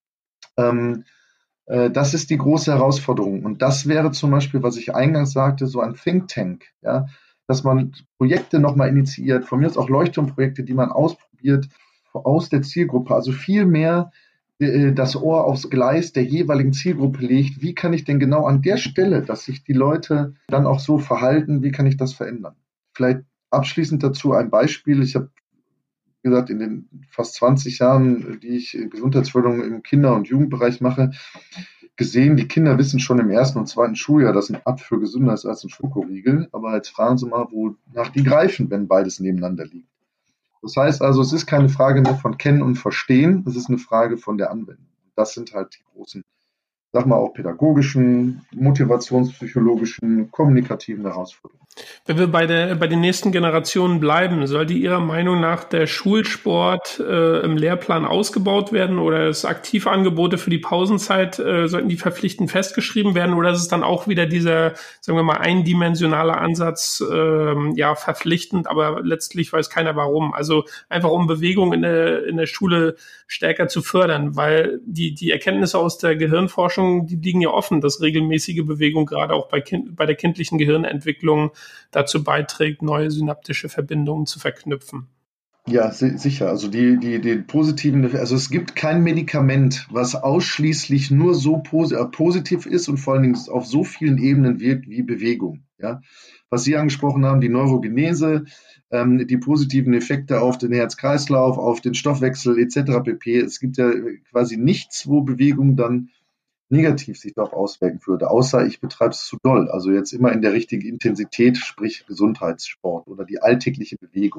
ähm, das ist die große Herausforderung. Und das wäre zum Beispiel, was ich eingangs sagte, so ein Think Tank, ja, dass man Projekte nochmal initiiert, von mir aus auch Leuchtturmprojekte, die man ausprobiert aus der Zielgruppe, also viel mehr äh, das Ohr aufs Gleis der jeweiligen Zielgruppe legt. Wie kann ich denn genau an der Stelle, dass sich die Leute dann auch so verhalten, wie kann ich das verändern? Vielleicht abschließend dazu ein Beispiel. Ich habe Wie gesagt, in den fast zwanzig Jahren, die ich Gesundheitsförderung im Kinder- und Jugendbereich mache, gesehen, die Kinder wissen schon im ersten und zweiten Schuljahr, dass ein Apfel gesünder ist als ein Schokoriegel. Aber jetzt fragen Sie mal, wonach die greifen, wenn beides nebeneinander liegt. Das heißt also, es ist keine Frage mehr von Kennen und Verstehen, es ist eine Frage von der Anwendung. Das sind halt die großen, sag mal auch pädagogischen, motivationspsychologischen, kommunikativen Herausforderungen. Wenn wir bei der bei den nächsten Generationen bleiben, sollte Ihrer Meinung nach der Schulsport äh, im Lehrplan ausgebaut werden oder es Aktivangebote für die Pausenzeit, äh, sollten die verpflichtend festgeschrieben werden oder ist es dann auch wieder dieser, sagen wir mal, eindimensionale Ansatz, äh, ja, verpflichtend, aber letztlich weiß keiner warum. Also einfach um Bewegung in der in der Schule stärker zu fördern, weil die die Erkenntnisse aus der Gehirnforschung, die liegen ja offen, dass regelmäßige Bewegung gerade auch bei kind, bei der kindlichen Gehirnentwicklung dazu beiträgt, neue synaptische Verbindungen zu verknüpfen. Ja, sicher. Also die, die, die positiven, also es gibt kein Medikament, was ausschließlich nur so positiv ist und vor allen Dingen auf so vielen Ebenen wirkt wie Bewegung. Ja, was Sie angesprochen haben, die Neurogenese, ähm, die positiven Effekte auf den Herz-Kreislauf, auf den Stoffwechsel et cetera pp. Es gibt ja quasi nichts, wo Bewegung dann negativ sich darauf auswirken würde, außer ich betreibe es zu doll. Also jetzt immer in der richtigen Intensität, sprich Gesundheitssport oder die alltägliche Bewegung.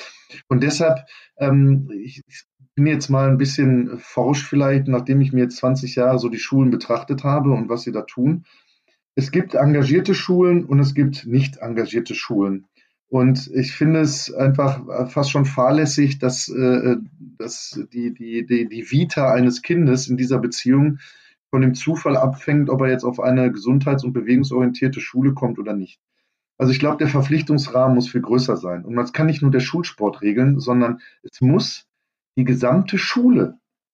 Und deshalb, ähm, ich bin jetzt mal ein bisschen forsch vielleicht, nachdem ich mir jetzt zwanzig Jahre so die Schulen betrachtet habe und was sie da tun. Es gibt engagierte Schulen und es gibt nicht engagierte Schulen. Und ich finde es einfach fast schon fahrlässig, dass, äh, dass die, die, die, die Vita eines Kindes in dieser Beziehung von dem Zufall abhängt, ob er jetzt auf eine gesundheits- und bewegungsorientierte Schule kommt oder nicht. Also ich glaube, der Verpflichtungsrahmen muss viel größer sein. Und man kann nicht nur der Schulsport regeln, sondern es muss die gesamte Schule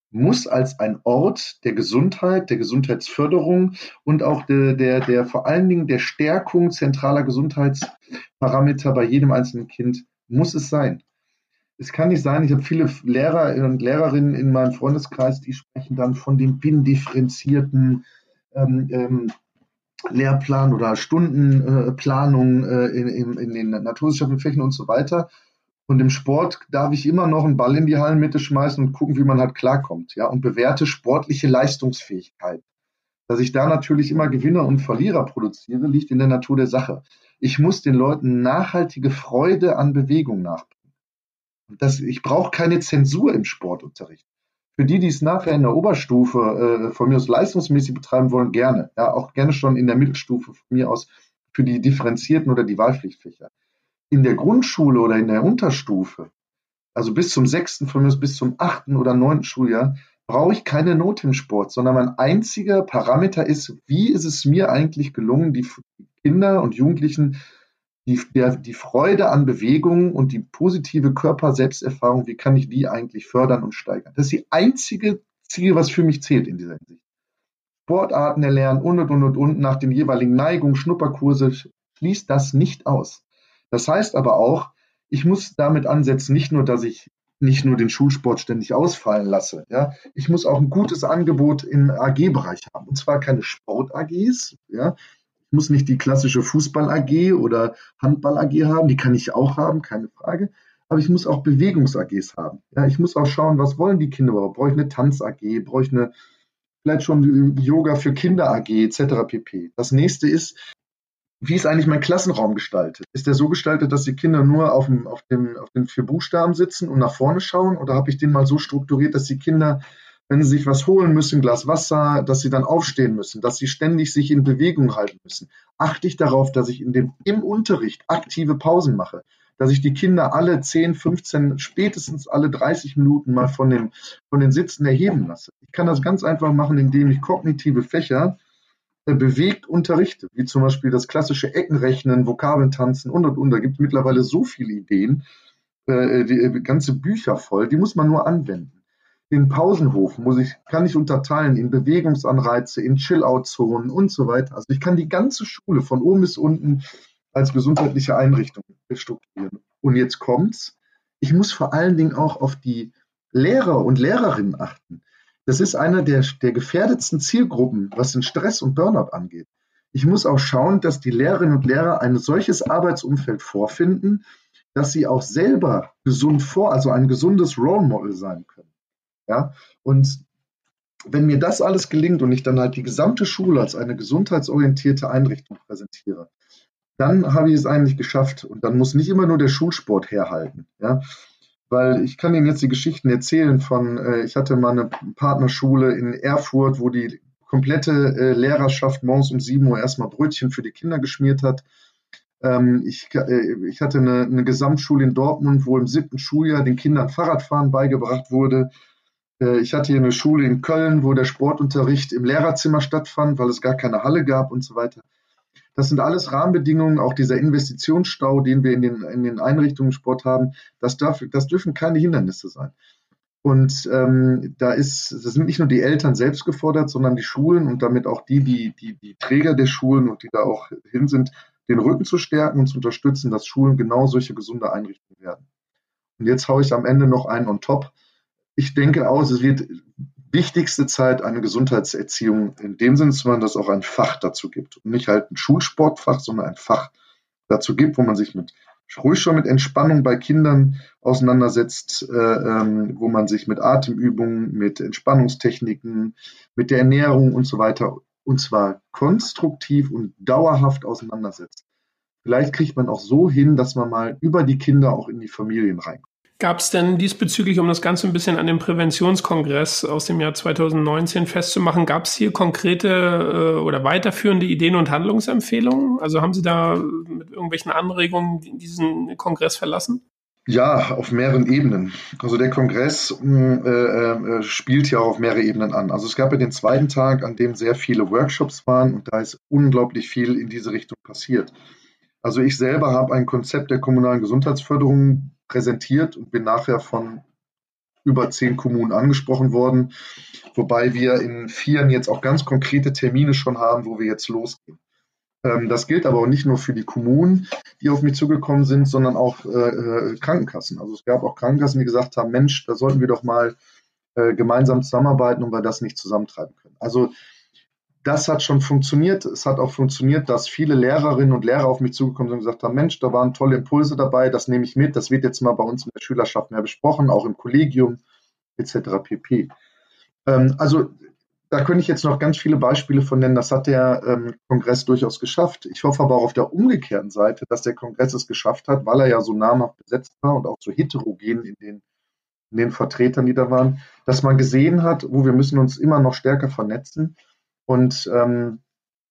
muss als ein Ort der Gesundheit, der Gesundheitsförderung und auch der, der, der vor allen Dingen der Stärkung zentraler Gesundheitsparameter bei jedem einzelnen Kind, muss es sein. Es kann nicht sein, ich habe viele Lehrer und Lehrerinnen in meinem Freundeskreis, die sprechen dann von dem binnendifferenzierten ähm, ähm, Lehrplan oder Stundenplanung äh, in, in, in den naturwissenschaftlichen Fächern und so weiter. Und im Sport darf ich immer noch einen Ball in die Hallenmitte schmeißen und gucken, wie man halt klarkommt, ja, und bewerte sportliche Leistungsfähigkeit. Dass ich da natürlich immer Gewinner und Verlierer produziere, liegt in der Natur der Sache. Ich muss den Leuten nachhaltige Freude an Bewegung nachbringen. Und das, ich brauche keine Zensur im Sportunterricht. Für die, die es nachher in der Oberstufe äh, von mir aus leistungsmäßig betreiben wollen, gerne. Ja, auch gerne schon in der Mittelstufe von mir aus für die differenzierten oder die Wahlpflichtfächer. In der Grundschule oder in der Unterstufe, also bis zum sechsten, von mir aus bis zum achten oder neunten Schuljahr, brauche ich keine Note im Sport, sondern mein einziger Parameter ist, wie ist es mir eigentlich gelungen, die Kinder und Jugendlichen die, der, die Freude an Bewegung und die positive Körper-Selbsterfahrung, wie kann ich die eigentlich fördern und steigern? Das ist die einzige Ziel, was für mich zählt in dieser Hinsicht. Sportarten erlernen und und und und und nach den jeweiligen Neigungen, Schnupperkurse, schließt das nicht aus. Das heißt aber auch, ich muss damit ansetzen, nicht nur, dass ich nicht nur den Schulsport ständig ausfallen lasse. Ja, ich muss auch ein gutes Angebot im A G-Bereich haben. Und zwar keine Sport-A Gs. Ja. Ich muss nicht die klassische Fußball-A G oder Handball-A G haben. Die kann ich auch haben, keine Frage. Aber ich muss auch Bewegungs-A Gs haben. Ja, ich muss auch schauen, was wollen die Kinder überhaupt? Brauche ich eine Tanz-A G? Brauche ich eine vielleicht schon Yoga für Kinder-A G et cetera pp. Das nächste ist, wie ist eigentlich mein Klassenraum gestaltet? Ist der so gestaltet, dass die Kinder nur auf, dem, auf, dem, auf den vier Buchstaben sitzen und nach vorne schauen? Oder habe ich den mal so strukturiert, dass die Kinder, wenn sie sich was holen müssen, ein Glas Wasser, dass sie dann aufstehen müssen, dass sie ständig sich in Bewegung halten müssen? Achte ich darauf, dass ich in dem, im Unterricht aktive Pausen mache? Dass ich die Kinder alle zehn, fünfzehn, spätestens alle dreißig Minuten mal von den, von den Sitzen erheben lasse? Ich kann das ganz einfach machen, indem ich kognitive Fächer bewegt unterrichte, wie zum Beispiel das klassische Eckenrechnen, Vokabeln tanzen und und und. Da gibt es mittlerweile so viele Ideen, äh, die, äh, ganze Bücher voll, die muss man nur anwenden. Den Pausenhof muss ich, kann ich unterteilen in Bewegungsanreize, in Chill-Out-Zonen und so weiter. Also ich kann die ganze Schule von oben bis unten als gesundheitliche Einrichtung strukturieren. Und jetzt kommt's, ich muss vor allen Dingen auch auf die Lehrer und Lehrerinnen achten. Das ist einer der, der gefährdetsten Zielgruppen, was den Stress und Burnout angeht. Ich muss auch schauen, dass die Lehrerinnen und Lehrer ein solches Arbeitsumfeld vorfinden, dass sie auch selber gesund vor, also ein gesundes Role Model sein können. Ja? Und wenn mir das alles gelingt und ich dann halt die gesamte Schule als eine gesundheitsorientierte Einrichtung präsentiere, dann habe ich es eigentlich geschafft. Und dann muss nicht immer nur der Schulsport herhalten. Ja? Weil ich kann Ihnen jetzt die Geschichten erzählen von, äh, ich hatte mal eine Partnerschule in Erfurt, wo die komplette äh, Lehrerschaft morgens um sieben Uhr erstmal Brötchen für die Kinder geschmiert hat. Ähm, ich, äh, ich hatte eine, eine Gesamtschule in Dortmund, wo im siebten Schuljahr den Kindern Fahrradfahren beigebracht wurde. Äh, ich hatte hier eine Schule in Köln, wo der Sportunterricht im Lehrerzimmer stattfand, weil es gar keine Halle gab und so weiter. Das sind alles Rahmenbedingungen, auch dieser Investitionsstau, den wir in den, in den Einrichtungen Sport haben, das, darf, das dürfen keine Hindernisse sein. Und ähm, da ist, das sind nicht nur die Eltern selbst gefordert, sondern die Schulen und damit auch die, die, die, die Träger der Schulen und die da auch hin sind, den Rücken zu stärken und zu unterstützen, dass Schulen genau solche gesunde Einrichtungen werden. Und jetzt haue ich am Ende noch einen on top. Ich denke aus, es wird wichtigste Zeit eine Gesundheitserziehung in dem Sinne, dass man das auch ein Fach dazu gibt. Und nicht halt ein Schulsportfach, sondern ein Fach dazu gibt, wo man sich mit ruhig schon mit Entspannung bei Kindern auseinandersetzt, äh, ähm, wo man sich mit Atemübungen, mit Entspannungstechniken, mit der Ernährung und so weiter, und zwar konstruktiv und dauerhaft auseinandersetzt. Vielleicht kriegt man auch so hin, dass man mal über die Kinder auch in die Familien reinkommt. Gab es denn diesbezüglich, um das Ganze ein bisschen an dem Präventionskongress aus dem Jahr zweitausendneunzehn festzumachen, gab es hier konkrete äh, oder weiterführende Ideen und Handlungsempfehlungen? Also haben Sie da mit irgendwelchen Anregungen diesen Kongress verlassen? Ja, auf mehreren Ebenen. Also der Kongress äh, äh, spielt ja auch auf mehrere Ebenen an. Also es gab ja den zweiten Tag, an dem sehr viele Workshops waren und da ist unglaublich viel in diese Richtung passiert. Also ich selber habe ein Konzept der kommunalen Gesundheitsförderung präsentiert und bin nachher von über zehn Kommunen angesprochen worden, wobei wir in vieren jetzt auch ganz konkrete Termine schon haben, wo wir jetzt losgehen. Ähm, das gilt aber auch nicht nur für die Kommunen, die auf mich zugekommen sind, sondern auch äh, Krankenkassen. Also es gab auch Krankenkassen, die gesagt haben, Mensch, da sollten wir doch mal äh, gemeinsam zusammenarbeiten, und wir das nicht zusammentreiben können. Also das hat schon funktioniert. Es hat auch funktioniert, dass viele Lehrerinnen und Lehrer auf mich zugekommen sind und gesagt haben, Mensch, da waren tolle Impulse dabei, das nehme ich mit, das wird jetzt mal bei uns in der Schülerschaft mehr besprochen, auch im Kollegium et cetera pp. Ähm, also da könnte ich jetzt noch ganz viele Beispiele von nennen. Das hat der ähm, Kongress durchaus geschafft. Ich hoffe aber auch auf der umgekehrten Seite, dass der Kongress es geschafft hat, weil er ja so namhaft besetzt war und auch so heterogen in den, in den Vertretern, die da waren, dass man gesehen hat, wo wir müssen uns immer noch stärker vernetzen und ähm,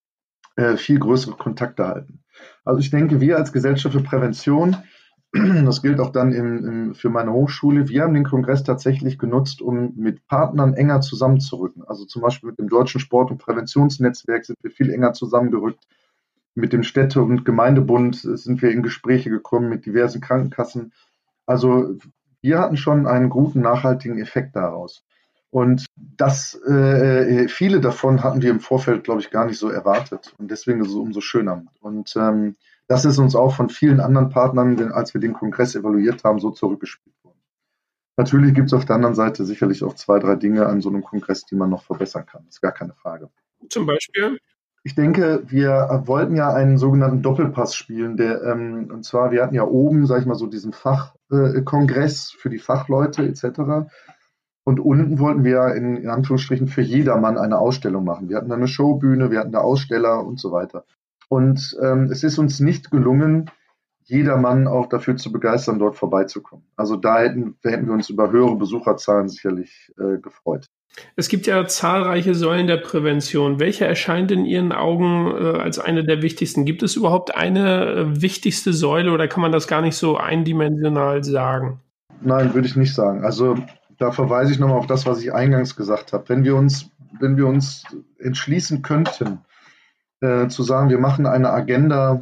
äh, viel größere Kontakte halten. Also ich denke, wir als Gesellschaft für Prävention, das gilt auch dann im, im, für meine Hochschule, wir haben den Kongress tatsächlich genutzt, um mit Partnern enger zusammenzurücken. Also zum Beispiel mit dem Deutschen Sport- und Präventionsnetzwerk sind wir viel enger zusammengerückt. Mit dem Städte- und Gemeindebund sind wir in Gespräche gekommen, mit diversen Krankenkassen. Also wir hatten schon einen guten, nachhaltigen Effekt daraus. Und das, äh, viele davon hatten wir im Vorfeld, glaube ich, gar nicht so erwartet. Und deswegen ist es umso schöner. Und ähm, das ist uns auch von vielen anderen Partnern, als wir den Kongress evaluiert haben, so zurückgespielt worden. Natürlich gibt es auf der anderen Seite sicherlich auch zwei, drei Dinge an so einem Kongress, die man noch verbessern kann. Das ist gar keine Frage. Zum Beispiel? Ich denke, wir wollten ja einen sogenannten Doppelpass spielen. Der, ähm, und zwar, wir hatten ja oben, sage ich mal, so diesen Fachkongress äh, für die Fachleute et cetera. Und unten wollten wir in, in Anführungsstrichen für jedermann eine Ausstellung machen. Wir hatten da eine Showbühne, wir hatten da Aussteller und so weiter. Und ähm, es ist uns nicht gelungen, jedermann auch dafür zu begeistern, dort vorbeizukommen. Also da hätten, da hätten wir uns über höhere Besucherzahlen sicherlich äh, gefreut. Es gibt ja zahlreiche Säulen der Prävention. Welche erscheint in Ihren Augen äh, als eine der wichtigsten? Gibt es überhaupt eine äh, wichtigste Säule oder kann man das gar nicht so eindimensional sagen? Nein, würde ich nicht sagen. Also da verweise ich nochmal auf das, was ich eingangs gesagt habe. Wenn wir uns, wenn wir uns entschließen könnten, äh, zu sagen, wir machen eine Agenda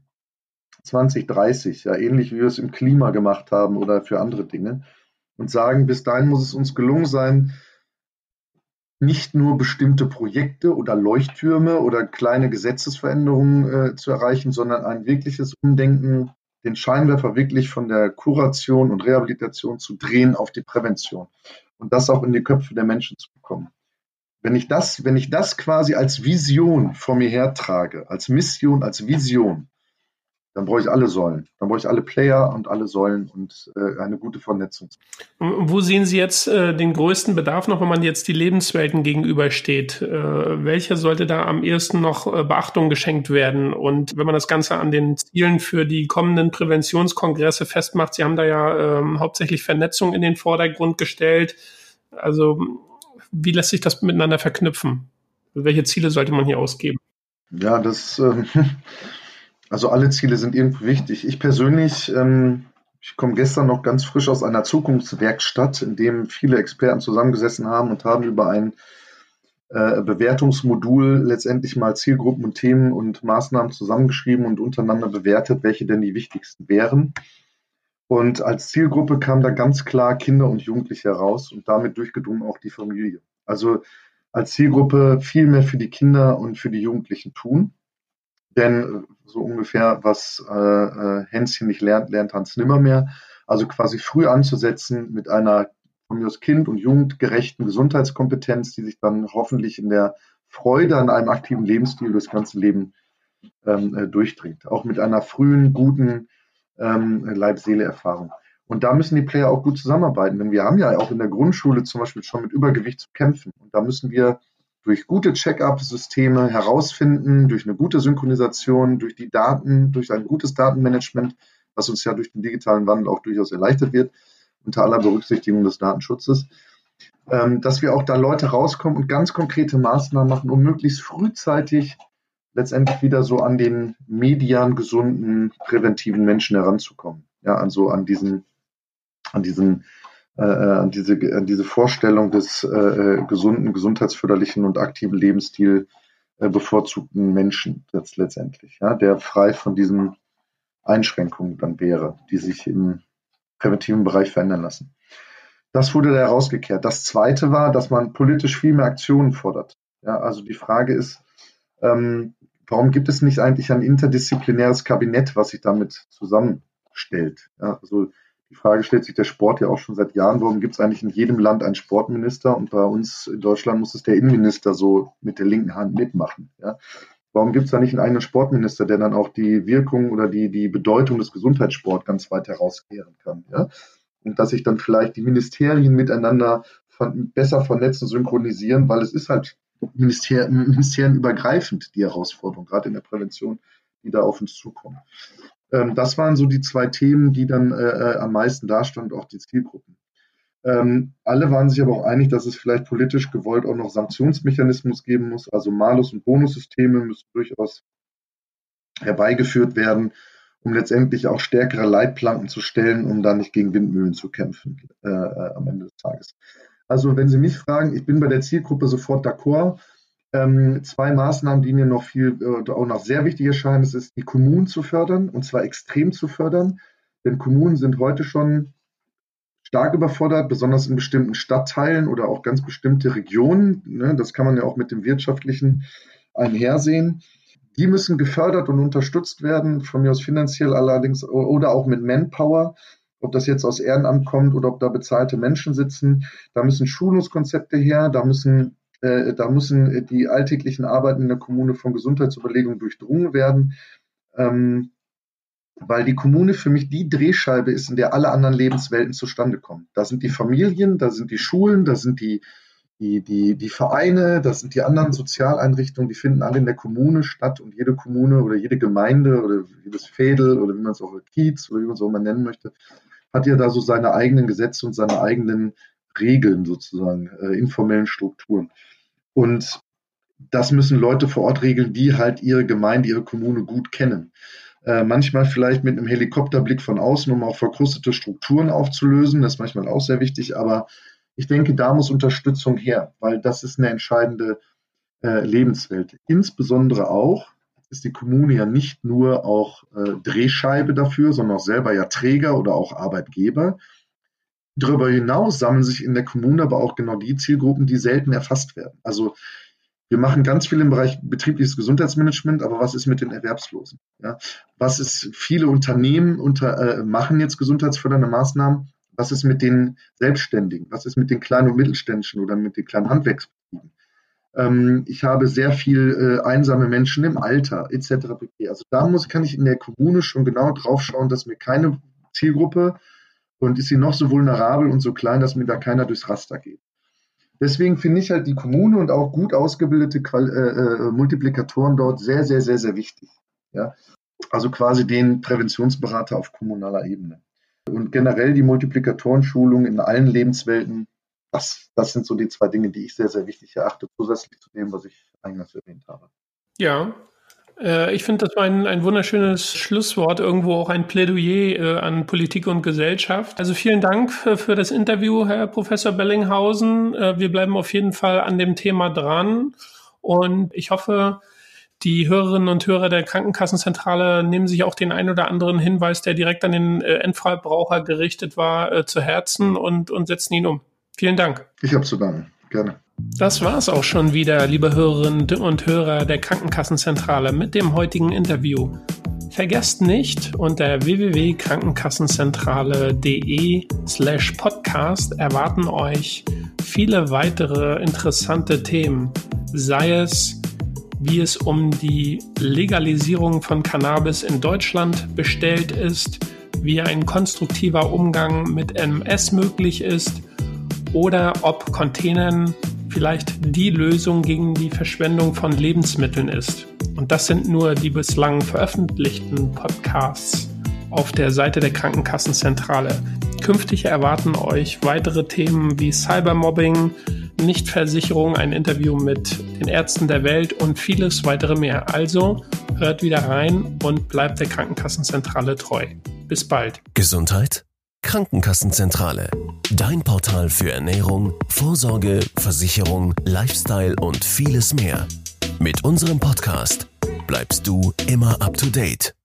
zwanzig dreißig, ja, ähnlich wie wir es im Klima gemacht haben oder für andere Dinge, und sagen, bis dahin muss es uns gelungen sein, nicht nur bestimmte Projekte oder Leuchttürme oder kleine Gesetzesveränderungen äh, zu erreichen, sondern ein wirkliches Umdenken, den Scheinwerfer wirklich von der Kuration und Rehabilitation zu drehen auf die Prävention und das auch in die Köpfe der Menschen zu bekommen. Wenn ich das, wenn ich das quasi als Vision vor mir hertrage, als Mission, als Vision, dann brauche ich alle Säulen. Dann brauche ich alle Player und alle Säulen und äh, eine gute Vernetzung. Wo sehen Sie jetzt äh, den größten Bedarf noch, wenn man jetzt die Lebenswelten gegenübersteht? Äh, welcher sollte da am ehesten noch äh, Beachtung geschenkt werden? Und wenn man das Ganze an den Zielen für die kommenden Präventionskongresse festmacht, Sie haben da ja äh, hauptsächlich Vernetzung in den Vordergrund gestellt. Also wie lässt sich das miteinander verknüpfen? Welche Ziele sollte man hier ausgeben? Ja, das... Ähm Also alle Ziele sind irgendwie wichtig. Ich persönlich, ähm, ich komme gestern noch ganz frisch aus einer Zukunftswerkstatt, in dem viele Experten zusammengesessen haben und haben über ein äh, Bewertungsmodul letztendlich mal Zielgruppen und Themen und Maßnahmen zusammengeschrieben und untereinander bewertet, welche denn die wichtigsten wären. Und als Zielgruppe kam da ganz klar Kinder und Jugendliche heraus und damit durchgedrungen auch die Familie. Also als Zielgruppe viel mehr für die Kinder und für die Jugendlichen tun. Denn so ungefähr, was äh, Hänschen nicht lernt, lernt Hans nimmermehr. Also quasi früh anzusetzen mit einer von mir aus kind- und jugendgerechten Gesundheitskompetenz, die sich dann hoffentlich in der Freude an einem aktiven Lebensstil durchs ganze Leben ähm, äh, durchdringt. Auch mit einer frühen, guten ähm, Leib-Seele-Erfahrung. Und da müssen die Player auch gut zusammenarbeiten, denn wir haben ja auch in der Grundschule zum Beispiel schon mit Übergewicht zu kämpfen. Und da müssen wir durch gute Check-up-Systeme herausfinden, durch eine gute Synchronisation, durch die Daten, durch ein gutes Datenmanagement, was uns ja durch den digitalen Wandel auch durchaus erleichtert wird, unter aller Berücksichtigung des Datenschutzes, ähm, dass wir auch da Leute rauskommen und ganz konkrete Maßnahmen machen, um möglichst frühzeitig letztendlich wieder so an den median gesunden, präventiven Menschen heranzukommen. Ja, also an diesen, an diesen Äh, an, diese, an diese Vorstellung des äh, gesunden, gesundheitsförderlichen und aktiven Lebensstil äh, bevorzugten Menschen jetzt letztendlich, ja, der frei von diesen Einschränkungen dann wäre, die sich im präventiven Bereich verändern lassen. Das wurde da herausgekehrt. Das Zweite war, dass man politisch viel mehr Aktionen fordert. Ja, also die Frage ist, ähm, warum gibt es nicht eigentlich ein interdisziplinäres Kabinett, was sich damit zusammenstellt? Ja, also die Frage stellt sich der Sport ja auch schon seit Jahren, warum gibt es eigentlich in jedem Land einen Sportminister und bei uns in Deutschland muss es der Innenminister so mit der linken Hand mitmachen. Ja? Warum gibt es da nicht einen eigenen Sportminister, der dann auch die Wirkung oder die, die Bedeutung des Gesundheitssports ganz weit herauskehren kann? Ja? Und dass sich dann vielleicht die Ministerien miteinander von, besser vernetzen, synchronisieren, weil es ist halt Minister, ministerienübergreifend die Herausforderung, gerade in der Prävention, die da auf uns zukommen. Ähm, das waren so die zwei Themen, die dann äh, am meisten dastanden, auch die Zielgruppen. Ähm, alle waren sich aber auch einig, dass es vielleicht politisch gewollt auch noch Sanktionsmechanismus geben muss. Also Malus- und Bonussysteme müssen durchaus herbeigeführt werden, um letztendlich auch stärkere Leitplanken zu stellen, um da nicht gegen Windmühlen zu kämpfen äh, äh, am Ende des Tages. Also wenn Sie mich fragen, ich bin bei der Zielgruppe sofort d'accord. Ähm, zwei Maßnahmen, die mir noch viel, äh, auch noch sehr wichtig erscheinen, es ist, die Kommunen zu fördern, und zwar extrem zu fördern. Denn Kommunen sind heute schon stark überfordert, besonders in bestimmten Stadtteilen oder auch ganz bestimmte Regionen. Ne, das kann man ja auch mit dem Wirtschaftlichen einhersehen. Die müssen gefördert und unterstützt werden, von mir aus finanziell allerdings oder auch mit Manpower. Ob das jetzt aus Ehrenamt kommt oder ob da bezahlte Menschen sitzen. Da müssen Schulungskonzepte her, da müssen, äh, da müssen die alltäglichen Arbeiten in der Kommune von Gesundheitsüberlegungen durchdrungen werden. Ähm, weil die Kommune für mich die Drehscheibe ist, in der alle anderen Lebenswelten zustande kommen. Da sind die Familien, da sind die Schulen, da sind die, die, die, die Vereine, da sind die anderen Sozialeinrichtungen, die finden alle in der Kommune statt, und jede Kommune oder jede Gemeinde oder jedes Veedel oder wie man es auch Kiez oder wie man es auch mal nennen möchte, hat ja da so seine eigenen Gesetze und seine eigenen Regeln sozusagen, äh, informellen Strukturen. Und das müssen Leute vor Ort regeln, die halt ihre Gemeinde, ihre Kommune gut kennen. Äh, manchmal vielleicht mit einem Helikopterblick von außen, um auch verkrustete Strukturen aufzulösen. Das ist manchmal auch sehr wichtig, aber ich denke, da muss Unterstützung her, weil das ist eine entscheidende äh, Lebenswelt. Insbesondere auch ist die Kommune ja nicht nur auch äh, Drehscheibe dafür, sondern auch selber ja Träger oder auch Arbeitgeber. Darüber hinaus sammeln sich in der Kommune aber auch genau die Zielgruppen, die selten erfasst werden. Also wir machen ganz viel im Bereich betriebliches Gesundheitsmanagement, aber was ist mit den Erwerbslosen? Ja? Was ist, viele Unternehmen unter, äh, machen jetzt gesundheitsfördernde Maßnahmen. Was ist mit den Selbstständigen? Was ist mit den kleinen und mittelständischen oder mit den kleinen Handwerksbetrieben? Ähm, ich habe sehr viel äh, einsame Menschen im Alter et cetera pp. Also da muss, kann ich in der Kommune schon genau drauf schauen, dass mir keine Zielgruppe, und ist sie noch so vulnerabel und so klein, dass mir da keiner durchs Raster geht. Deswegen finde ich halt die Kommune und auch gut ausgebildete Qual- äh, äh, Multiplikatoren dort sehr, sehr, sehr, sehr wichtig. Ja? Also quasi den Präventionsberater auf kommunaler Ebene. Und generell die Multiplikatorenschulung in allen Lebenswelten, das, das sind so die zwei Dinge, die ich sehr, sehr wichtig erachte, zusätzlich zu dem, was ich eingangs erwähnt habe. Ja, äh, ich finde, das war ein, ein wunderschönes Schlusswort, irgendwo auch ein Plädoyer äh, an Politik und Gesellschaft. Also vielen Dank für, für das Interview, Herr Professor Bellinghausen. Äh, wir bleiben auf jeden Fall an dem Thema dran, und ich hoffe, die Hörerinnen und Hörer der Krankenkassenzentrale nehmen sich auch den ein oder anderen Hinweis, der direkt an den äh, Endverbraucher gerichtet war, äh, zu Herzen und, und setzen ihn um. Vielen Dank. Ich habe zu danken. Gerne. Das war es auch schon wieder, liebe Hörerinnen und Hörer der Krankenkassenzentrale, mit dem heutigen Interview. Vergesst nicht, unter w w w punkt krankenkassenzentrale punkt de slash podcast erwarten euch viele weitere interessante Themen, sei es, wie es um die Legalisierung von Cannabis in Deutschland bestellt ist, wie ein konstruktiver Umgang mit M S möglich ist oder ob Containern vielleicht die Lösung gegen die Verschwendung von Lebensmitteln ist. Und das sind nur die bislang veröffentlichten Podcasts auf der Seite der Krankenkassenzentrale. Künftig erwarten euch weitere Themen wie Cybermobbing, Nichtversicherung, ein Interview mit den Ärzten der Welt und vieles weitere mehr. Also hört wieder rein und bleibt der Krankenkassenzentrale treu. Bis bald. Gesundheit? Krankenkassenzentrale. Dein Portal für Ernährung, Vorsorge, Versicherung, Lifestyle und vieles mehr. Mit unserem Podcast bleibst du immer up to date.